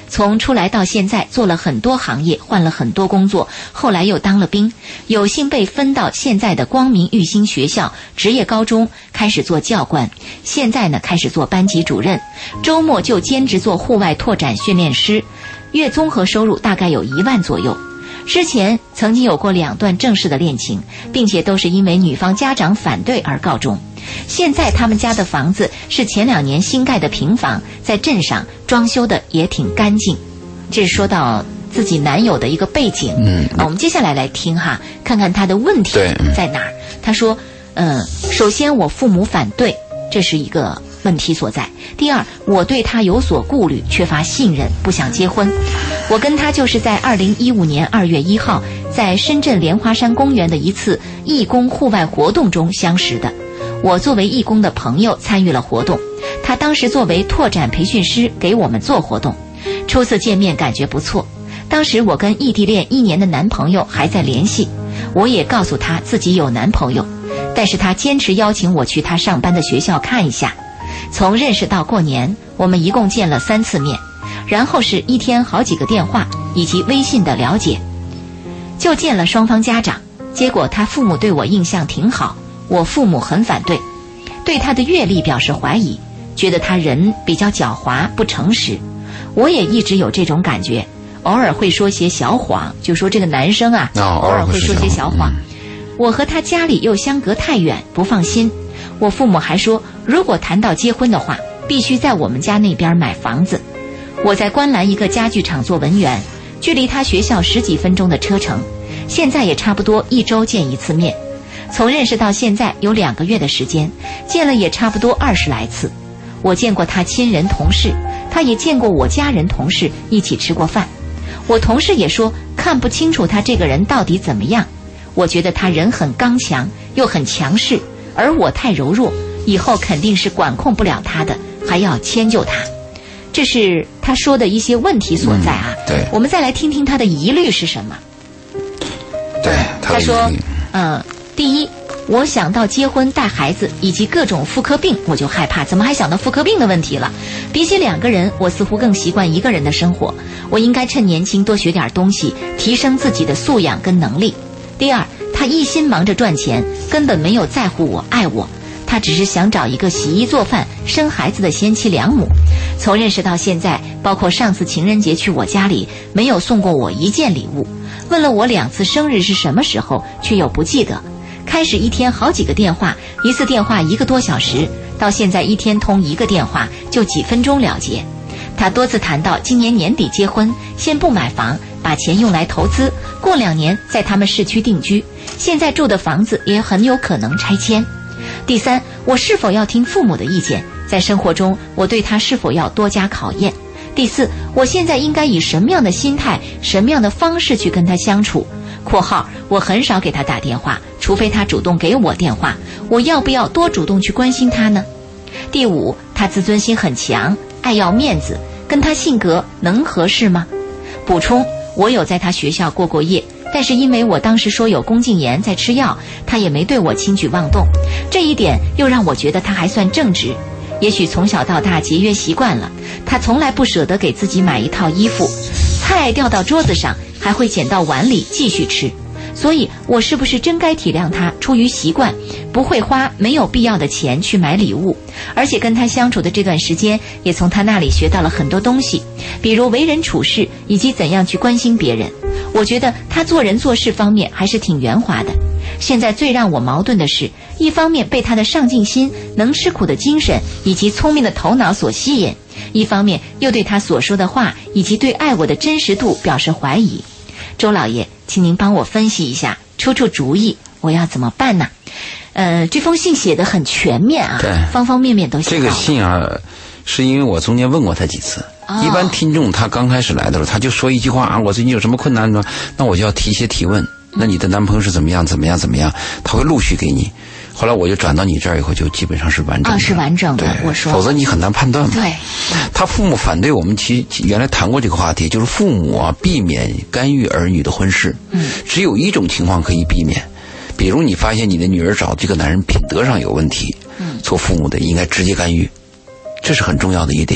Speaker 1: 从出来到现在做了很多行业，换了很多工作，后来又当了兵，有幸被分到现在的光明育新学校职业高中，开始做教官，现在呢开始做班级主任，周末就兼职做户外拓展训练师，月综合收入大概有1万左右。之前曾经有过2段正式的恋情，并且都是因为女方家长反对而告终。现在他们家的房子是前2年新盖的平房，在镇上，装修的也挺干净。这是说到自己男友的一个背景。我们接下来来听哈，看看他的问题在哪儿。他说首先我父母反对，这是一个问题所在。第二，我对他有所顾虑，缺乏信任，不想结婚。我跟他就是在2015年2月1号在深圳莲花山公园的一次义工户外活动中相识的。我作为义工的朋友参与了活动，他当时作为拓展培训师给我们做活动。初次见面感觉不错，当时我跟异地恋1年的男朋友还在联系，我也告诉他自己有男朋友，但是他坚持邀请我去他上班的学校看一下。从认识到过年，我们一共见了3次面，然后是一天好几个电话以及微信的了解，就见了双方家长。结果他父母对我印象挺好，我父母很反对，对他的阅历表示怀疑，觉得他人比较狡猾不诚实。我也一直有这种感觉，偶尔会说些小谎，就说这个男生啊，偶尔会说些小谎。我和他家里又相隔太远，不放心。我父母还说，如果谈到结婚的话，必须在我们家那边买房子。我在观澜一个家具厂做文员，距离他学校10几分钟的车程，现在也差不多1周见1次面。从认识到现在有2个月的时间，见了也差不多20来次。我见过他亲人同事，他也见过我家人同事，一起吃过饭。我同事也说看不清楚他这个人到底怎么样。我觉得他人很刚强，又很强势，而我太柔弱，以后肯定是管控不了他的，还要迁就他。这是他说的一些问题所在啊。
Speaker 2: 对，
Speaker 1: 我们再来听听他的疑虑是什么。
Speaker 2: 对，
Speaker 1: 他说第一，我想到结婚带孩子以及各种妇科病，我就害怕，怎么还想到妇科病的问题了？比起2个人，我似乎更习惯一个人的生活。我应该趁年轻多学点东西，提升自己的素养跟能力。第二，他一心忙着赚钱，根本没有在乎我、爱我。他只是想找一个洗衣做饭、生孩子的贤妻良母。从认识到现在，包括上次情人节去我家里，没有送过我1件礼物。问了我2次生日是什么时候，却又不记得。开始一天好几个电话，一次电话1个多小时，到现在一天通1个电话就几分钟了结。他多次谈到今年年底结婚，先不买房，把钱用来投资，过2年在他们市区定居，现在住的房子也很有可能拆迁。第三，我是否要听父母的意见，在生活中我对他是否要多加考验。第四，我现在应该以什么样的心态、什么样的方式去跟他相处。括号，我很少给他打电话，除非他主动给我电话，我要不要多主动去关心他呢？第五，他自尊心很强，爱要面子，跟他性格能合适吗？补充，我有在他学校过过夜，但是因为我当时说有宫颈炎在吃药，他也没对我轻举妄动，这一点又让我觉得他还算正直。也许从小到大节约习惯了，他从来不舍得给自己买一套衣服，菜掉到桌子上还会捡到碗里继续吃。所以我是不是真该体谅他出于习惯，不会花没有必要的钱去买礼物？而且跟他相处的这段时间，也从他那里学到了很多东西，比如为人处事以及怎样去关心别人。我觉得他做人做事方面还是挺圆滑的。现在最让我矛盾的是，一方面被他的上进心、能吃苦的精神以及聪明的头脑所吸引，一方面又对他所说的话以及对爱我的真实度表示怀疑。周老爷，请您帮我分析一下，出主意，我要怎么办呢？这封信写得很全面啊，
Speaker 2: 对，
Speaker 1: 方方面面都写到了。
Speaker 2: 这个信啊，是因为我中间问过他几次。一般听众他刚开始来的时候，他就说一句话啊，我最近有什么困难呢？那我就要提一些提问。那你的男朋友是怎么样？他会陆续给你。后来我就转到你这儿以后，就基本上是完整的。是完整的。对，我说，否则你很难判断嘛。对。他父母反对我们，其实原来谈过这个话题，就是父母啊避免干预儿女的婚事。只有一种情况可以避免，比如你发现你的女儿找这个男人品德上有问题，做父母的应该直接干预，这是很重要的一点。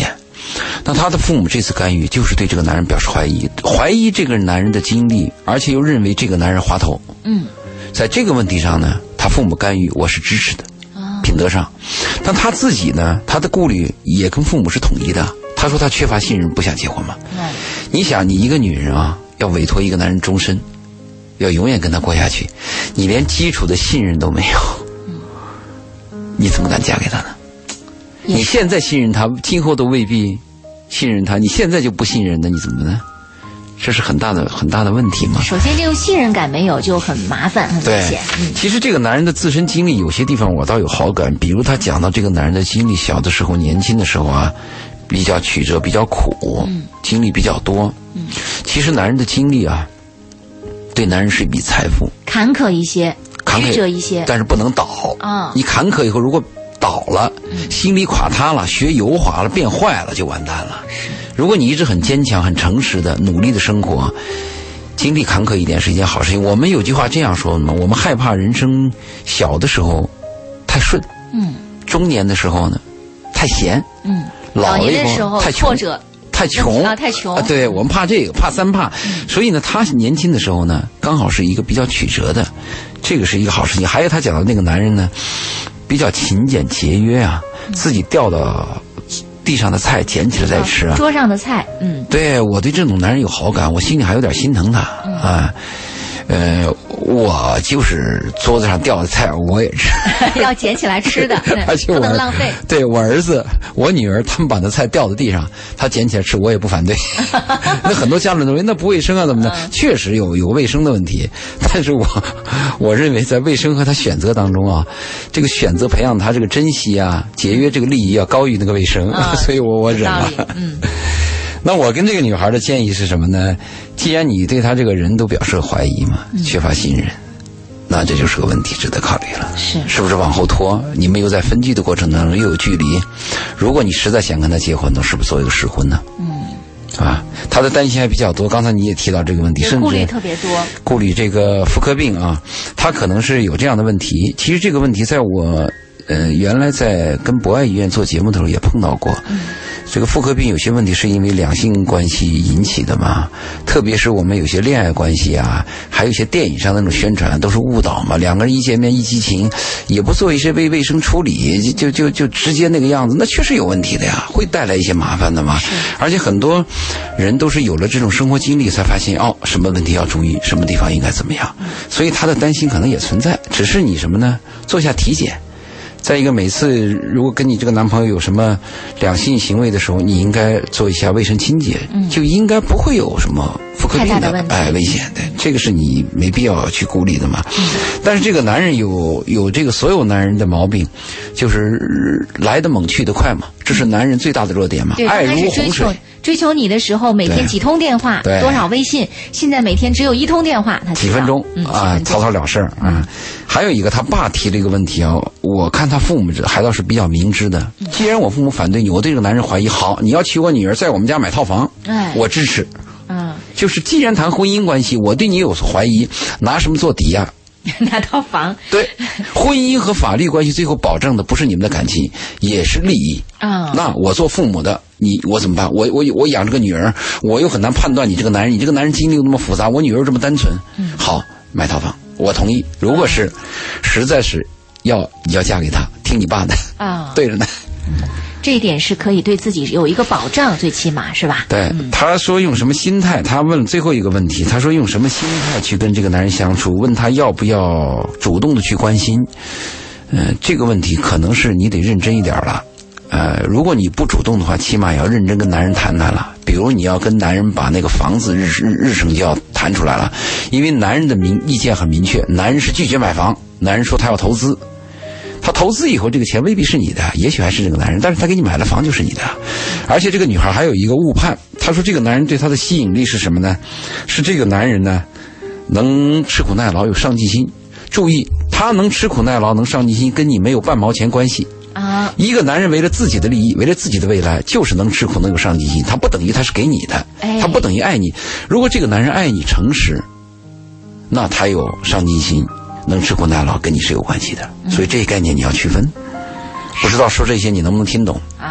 Speaker 2: 那他的父母这次干预就是对这个男人表示怀疑，怀疑这个男人的经历，而且又认为这个男人滑头。在这个问题上呢，他父母干预我是支持的，品德上。但他自己呢，他的顾虑也跟父母是统一的。他说他缺乏信任，不想结婚嘛。你想，你一个女人啊，要委托一个男人终身，要永远跟他过下去，你连基础的信任都没有，你怎么敢嫁给他呢？你现在信任他，今后都未必信任他。你现在就不信任，那你怎么呢？这是很大的问题嘛。
Speaker 1: 首先，这个信任感没有就很麻烦，很危险。
Speaker 2: 其实这个男人的自身经历，有些地方我倒有好感。比如他讲到这个男人的经历，小的时候、年轻的时候啊，比较曲折，比较苦，经历比较多。其实男人的经历啊，对男人是一笔财富，
Speaker 1: 坎坷一些，曲折一些，
Speaker 2: 但是不能倒啊。你坎坷以后，如果倒了，心里垮塌了，学油滑了，变坏了，就完蛋了。如果你一直很坚强、很诚实的努力的生活，经历坎坷一点是一件好事情。我们有句话这样说嘛，我们害怕人生小的时候太顺，中年的时候呢太闲，老了以后太穷，太穷，对，我们怕这个，怕三怕。所以呢，他年轻的时候呢，刚好是一个比较曲折的，这个是一个好事情。还有他讲的那个男人呢，比较勤俭节约啊，自己掉到地上的菜捡起来再吃啊，
Speaker 1: 桌上的菜，
Speaker 2: 对，我对这种男人有好感，我心里还有点心疼他啊。我就是桌子上掉的菜我也吃，
Speaker 1: 要捡起来吃的，
Speaker 2: 而且
Speaker 1: 不能浪费。
Speaker 2: 对，我儿子、我女儿，他们把那菜掉在地上，他捡起来吃，我也不反对。那很多家长认为那不卫生啊，怎么的？确实有卫生的问题，但是我认为在卫生和他选择当中啊，这个选择培养他这个珍惜啊、节约这个利益要高于那个卫生，所以我忍了。那我跟这个女孩的建议是什么呢？既然你对她这个人都表示怀疑嘛，缺乏信任，那这就是个问题，值得考虑了。是不是往后拖？你们又在分居的过程当中又有距离，如果你实在想跟她结婚，那是不是做一个试婚呢？他的担心还比较多。刚才你也提到这个问题，甚至
Speaker 1: 顾虑特别多，
Speaker 2: 顾虑这个妇科病啊，他可能是有这样的问题。其实这个问题在我原来在跟博爱医院做节目的时候也碰到过。这个妇科病有些问题是因为两性关系引起的嘛，特别是我们有些恋爱关系啊，还有一些电影上那种宣传都是误导嘛，两个人一见面一激情，也不做一些卫生处理，就直接那个样子，那确实有问题的呀，会带来一些麻烦的嘛。而且很多人都是有了这种生活经历才发现什么问题要注意，什么地方应该怎么样，所以他的担心可能也存在，只是你什么呢？做一下体检。再一个，每次如果跟你这个男朋友有什么两性行为的时候，你应该做一下卫生清洁，就应该不会有什么妇科病的危险的，这个是你没必要去顾虑的嘛。但是这个男人有这个所有男人的毛病，就是来得猛去得快嘛，这是男人最大的弱点嘛。爱如洪水。
Speaker 1: 追求你的时候，每天几通电话，多少微信，现在每天只有一通电话，他
Speaker 2: 几分钟啊，草草了事啊。还有一个，他爸提了一个问题啊，我看他父母还倒是比较明知的。既然我父母反对你，我对这个男人怀疑，好，你要娶我女儿在我们家买套房，我支持。就是既然谈婚姻关系，我对你有所怀疑，拿什么做抵押？
Speaker 1: 拿套房。
Speaker 2: 对，婚姻和法律关系最后保证的不是你们的感情，也是利益那我做父母的，我怎么办？我养这个女儿，我又很难判断你这个男人，你这个男人经历那么复杂，我女儿这么单纯。好，买套房，我同意。如果是实在是你要嫁给他，听你爸的对着呢。
Speaker 1: 这一点是可以对自己有一个保障，最起码是吧？
Speaker 2: 对，他说用什么心态？他问最后一个问题，他说用什么心态去跟这个男人相处？问他要不要主动的去关心？这个问题可能是你得认真一点了。如果你不主动的话，起码也要认真跟男人谈谈了。比如你要跟男人把那个房子日程就要谈出来了，因为男人的意见很明确，男人是拒绝买房，男人说他要投资。他投资以后，这个钱未必是你的，也许还是这个男人，但是他给你买了房就是你的。而且这个女孩还有一个误判，她说这个男人对她的吸引力是什么呢？是这个男人呢，能吃苦耐劳，有上进心。注意，他能吃苦耐劳，能上进心，跟你没有半毛钱关系啊。一个男人为了自己的利益，为了自己的未来，就是能吃苦，能有上进心，他不等于他是给你的，他不等于爱你。如果这个男人爱你诚实，那他有上进心，能吃苦耐劳，跟你是有关系的，所以这一概念你要区分。不知道说这些你能不能听懂啊？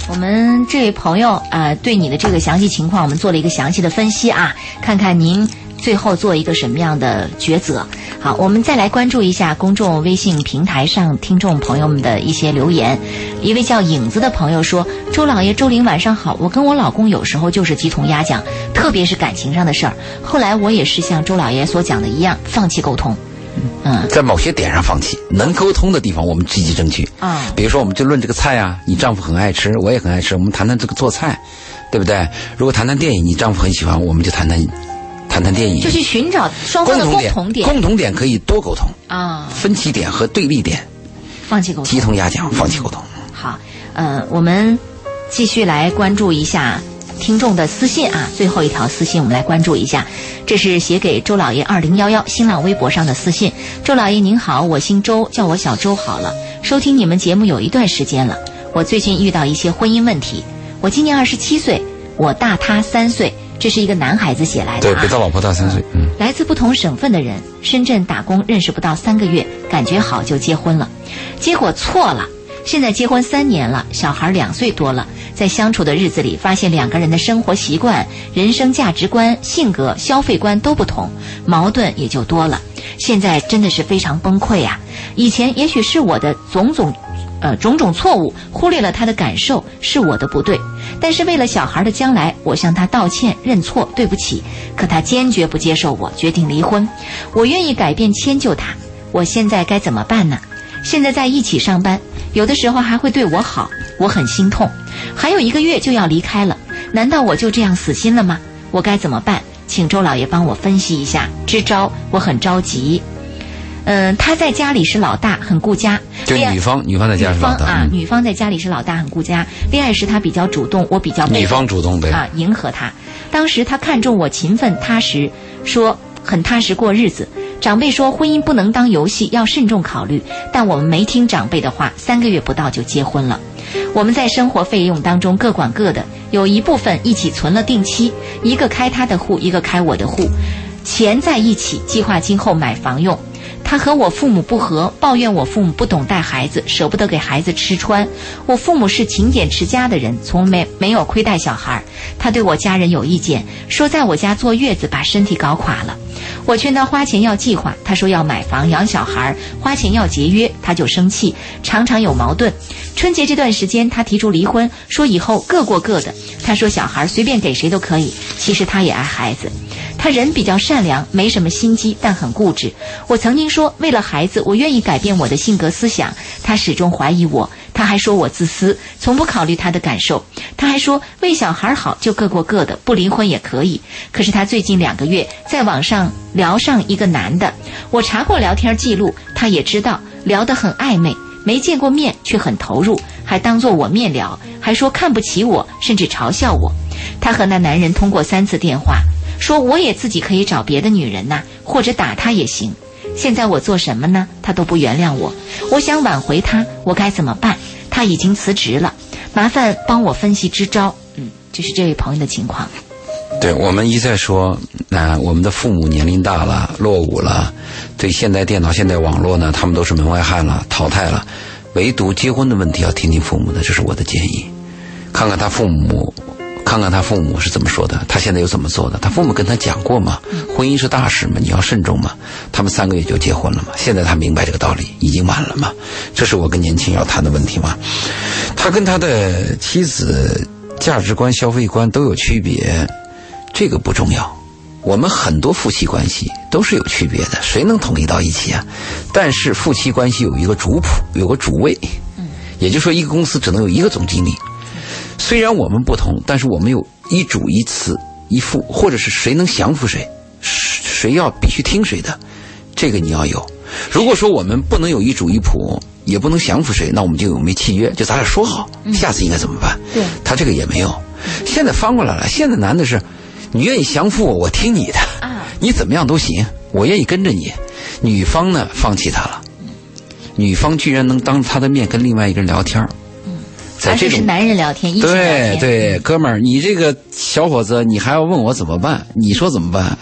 Speaker 1: 我们这位朋友对你的这个详细情况，我们做了一个详细的分析啊，看看您最后做一个什么样的抉择。好，我们再来关注一下公众微信平台上听众朋友们的一些留言。一位叫影子的朋友说：周老爷周玲晚上好，我跟我老公有时候就是鸡同鸭讲，特别是感情上的事儿，后来我也是像周老爷所讲的一样放弃沟通。
Speaker 2: 在某些点上放弃，能沟通的地方我们积极争取啊。比如说我们就论这个菜啊，你丈夫很爱吃，我也很爱吃，我们谈谈这个做菜，对不对？如果谈谈电影，你丈夫很喜欢，我们就谈谈电影，
Speaker 1: 就去寻找双方的共同点。
Speaker 2: 共同点可以多沟通啊，分歧点和对立点
Speaker 1: 放弃沟通，
Speaker 2: 鸡同鸭讲，放弃沟通。
Speaker 1: 好，我们继续来关注一下听众的私信啊，最后一条私信我们来关注一下，这是写给周老爷2011新浪微博上的私信。周老爷您好，我姓周，叫我小周好了。收听你们节目有一段时间了，我最近遇到一些婚姻问题。我今年27岁，我大他3岁，这是一个男孩子写来的啊。
Speaker 2: 对，比他老婆大3岁。
Speaker 1: 来自不同省份的人，深圳打工认识不到3个月，感觉好就结婚了，结果错了。现在结婚3年了，小孩2岁多了，在相处的日子里发现2个人的生活习惯、人生价值观、性格、消费观都不同，矛盾也就多了。现在真的是非常崩溃啊！以前也许是我的种种错误，忽略了他的感受，是我的不对。但是为了小孩的将来，我向他道歉认错，对不起。可他坚决不接受我，决定离婚。我愿意改变迁就他，我现在该怎么办呢？现在在一起上班，有的时候还会对我好，我很心痛。还有1个月就要离开了，难道我就这样死心了吗？我该怎么办？请周老爷帮我分析一下支招，我很着急。他在家里是老大，很顾家。
Speaker 2: 就女方在家是老大
Speaker 1: 女方在家里是老大，很顾家。恋爱时他比较主动，我比较被动。
Speaker 2: 女方主动对
Speaker 1: 迎合他。当时他看中我勤奋踏实，说很踏实过日子。长辈说婚姻不能当游戏，要慎重考虑，但我们没听长辈的话，3个月不到就结婚了。我们在生活费用当中各管各的，有一部分一起存了定期，一个开他的户，一个开我的户，钱在一起，计划今后买房用。他和我父母不和，抱怨我父母不懂带孩子，舍不得给孩子吃穿。我父母是勤俭持家的人，从没有亏待小孩。他对我家人有意见，说在我家坐月子把身体搞垮了。我劝他花钱要计划，他说要买房养小孩，花钱要节约，他就生气，常常有矛盾。春节这段时间他提出离婚，说以后各过各的。他说小孩随便给谁都可以，其实他也爱孩子。他人比较善良，没什么心机，但很固执。我曾经说为了孩子我愿意改变我的性格思想，他始终怀疑我。他还说我自私，从不考虑他的感受。他还说为小孩好就各过各的，不离婚也可以。可是他最近2个月在网上聊上一个男的，我查过聊天记录，他也知道聊得很暧昧，没见过面却很投入，还当作我面聊，还说看不起我，甚至嘲笑我。他和那男人通过3次电话，说我也自己可以找别的女人呐，或者打他也行。现在我做什么呢？他都不原谅我。我想挽回他，我该怎么办？他已经辞职了，麻烦帮我分析支招。这是这位朋友的情况。
Speaker 2: 对，我们一再说，我们的父母年龄大了，落伍了，对现代电脑、现代网络呢，他们都是门外汉了，淘汰了。唯独结婚的问题要听听父母的，这是我的建议。看看他父母是怎么说的，他现在又怎么做的？他父母跟他讲过吗？婚姻是大事嘛，你要慎重嘛。他们3个月就结婚了嘛，现在他明白这个道理，已经晚了嘛。这是我跟年轻人要谈的问题嘛。他跟他的妻子价值观、消费观都有区别，这个不重要。我们很多夫妻关系都是有区别的，谁能统一到一起啊？但是夫妻关系有一个主仆，有个主位，也就是说一个公司只能有一个总经理。虽然我们不同，但是我们有一主一次一副，或者是谁能降服谁，谁要必须听谁的，这个你要有。如果说我们不能有一主一仆，也不能降服谁，那我们就有没契约，就咱俩说好下次应该怎么办。
Speaker 1: 对，
Speaker 2: 他这个也没有。现在翻过来了，现在男的是你愿意降服我，我听你的，你怎么样都行，我愿意跟着你。女方呢放弃他了，女方居然能当他的面跟另外一个人聊天，
Speaker 1: 而且是男人聊天，一起聊天。
Speaker 2: 对，哥们儿，你这个小伙子，你还要问我怎么办？你说怎么办？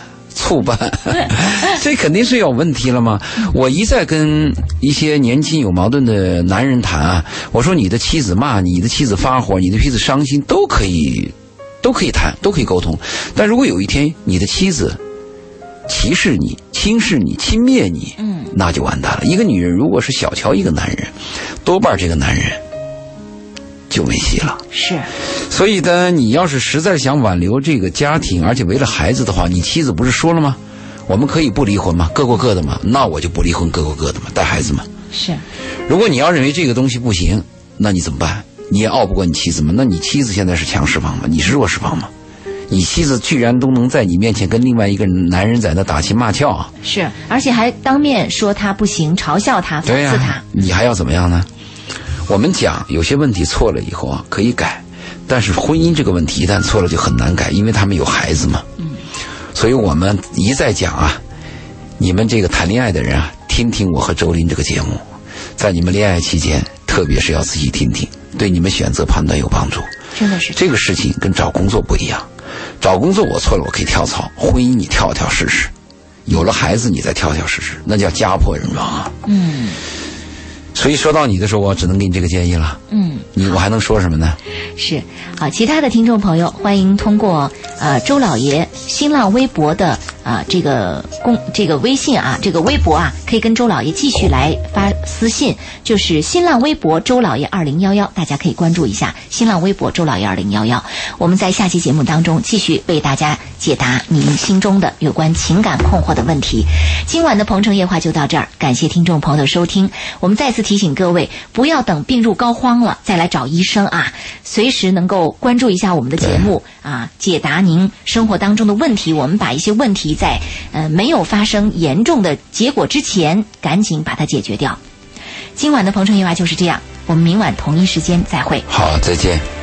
Speaker 2: 副办，这肯定是有问题了吗？我一再跟一些年轻有矛盾的男人谈啊，我说你的妻子骂你，你的妻子发火，你的妻子伤心，都可以谈，都可以沟通。但如果有一天你的妻子歧视你、轻视你、轻蔑你，那就完蛋了。一个女人如果是小瞧一个男人，多半这个男人就没戏了。
Speaker 1: 是，
Speaker 2: 所以呢，你要是实在想挽留这个家庭，而且为了孩子的话，你妻子不是说了吗？我们可以不离婚吗？各过各的嘛。那我就不离婚，各过各的嘛，带孩子嘛。
Speaker 1: 是。
Speaker 2: 如果你要认为这个东西不行，那你怎么办？你也拗不过你妻子嘛。那你妻子现在是强势方吗？你是弱势方吗？你妻子居然都能在你面前跟另外一个男人在那打情骂俏啊！
Speaker 1: 是，而且还当面说他不行，嘲笑他，讽刺他。
Speaker 2: 你还要怎么样呢？我们讲有些问题错了以后啊，可以改，但是婚姻这个问题一旦错了就很难改，因为他们有孩子嘛。所以我们一再讲啊，你们这个谈恋爱的人啊，听听我和周林这个节目，在你们恋爱期间，特别是要仔细听听，对你们选择判断有帮助。
Speaker 1: 真的是
Speaker 2: 这个事情跟找工作不一样，找工作我错了我可以跳槽，婚姻你跳试试，有了孩子你再跳试试，那叫家破人亡啊。所以说到你的时候，我只能给你这个建议了。我还能说什么呢？
Speaker 1: 是啊，其他的听众朋友欢迎通过周老爷新浪微博的这个微信啊，这个微博啊，可以跟周老爷继续来发私信，就是新浪微博周老爷2011，大家可以关注一下新浪微博周老爷2011。我们在下期节目当中继续为大家解答您心中的有关情感困惑的问题。今晚的鹏城夜话就到这儿，感谢听众朋友的收听。我们再次提醒各位，不要等病入膏肓了再来找医生啊，随时能够关注一下我们的节目啊，解答您生活当中的问题。我们把一些问题在没有发生严重的结果之前，赶紧把它解决掉。今晚的鹏城夜话就是这样，我们明晚同一时间再会。
Speaker 2: 好，再见。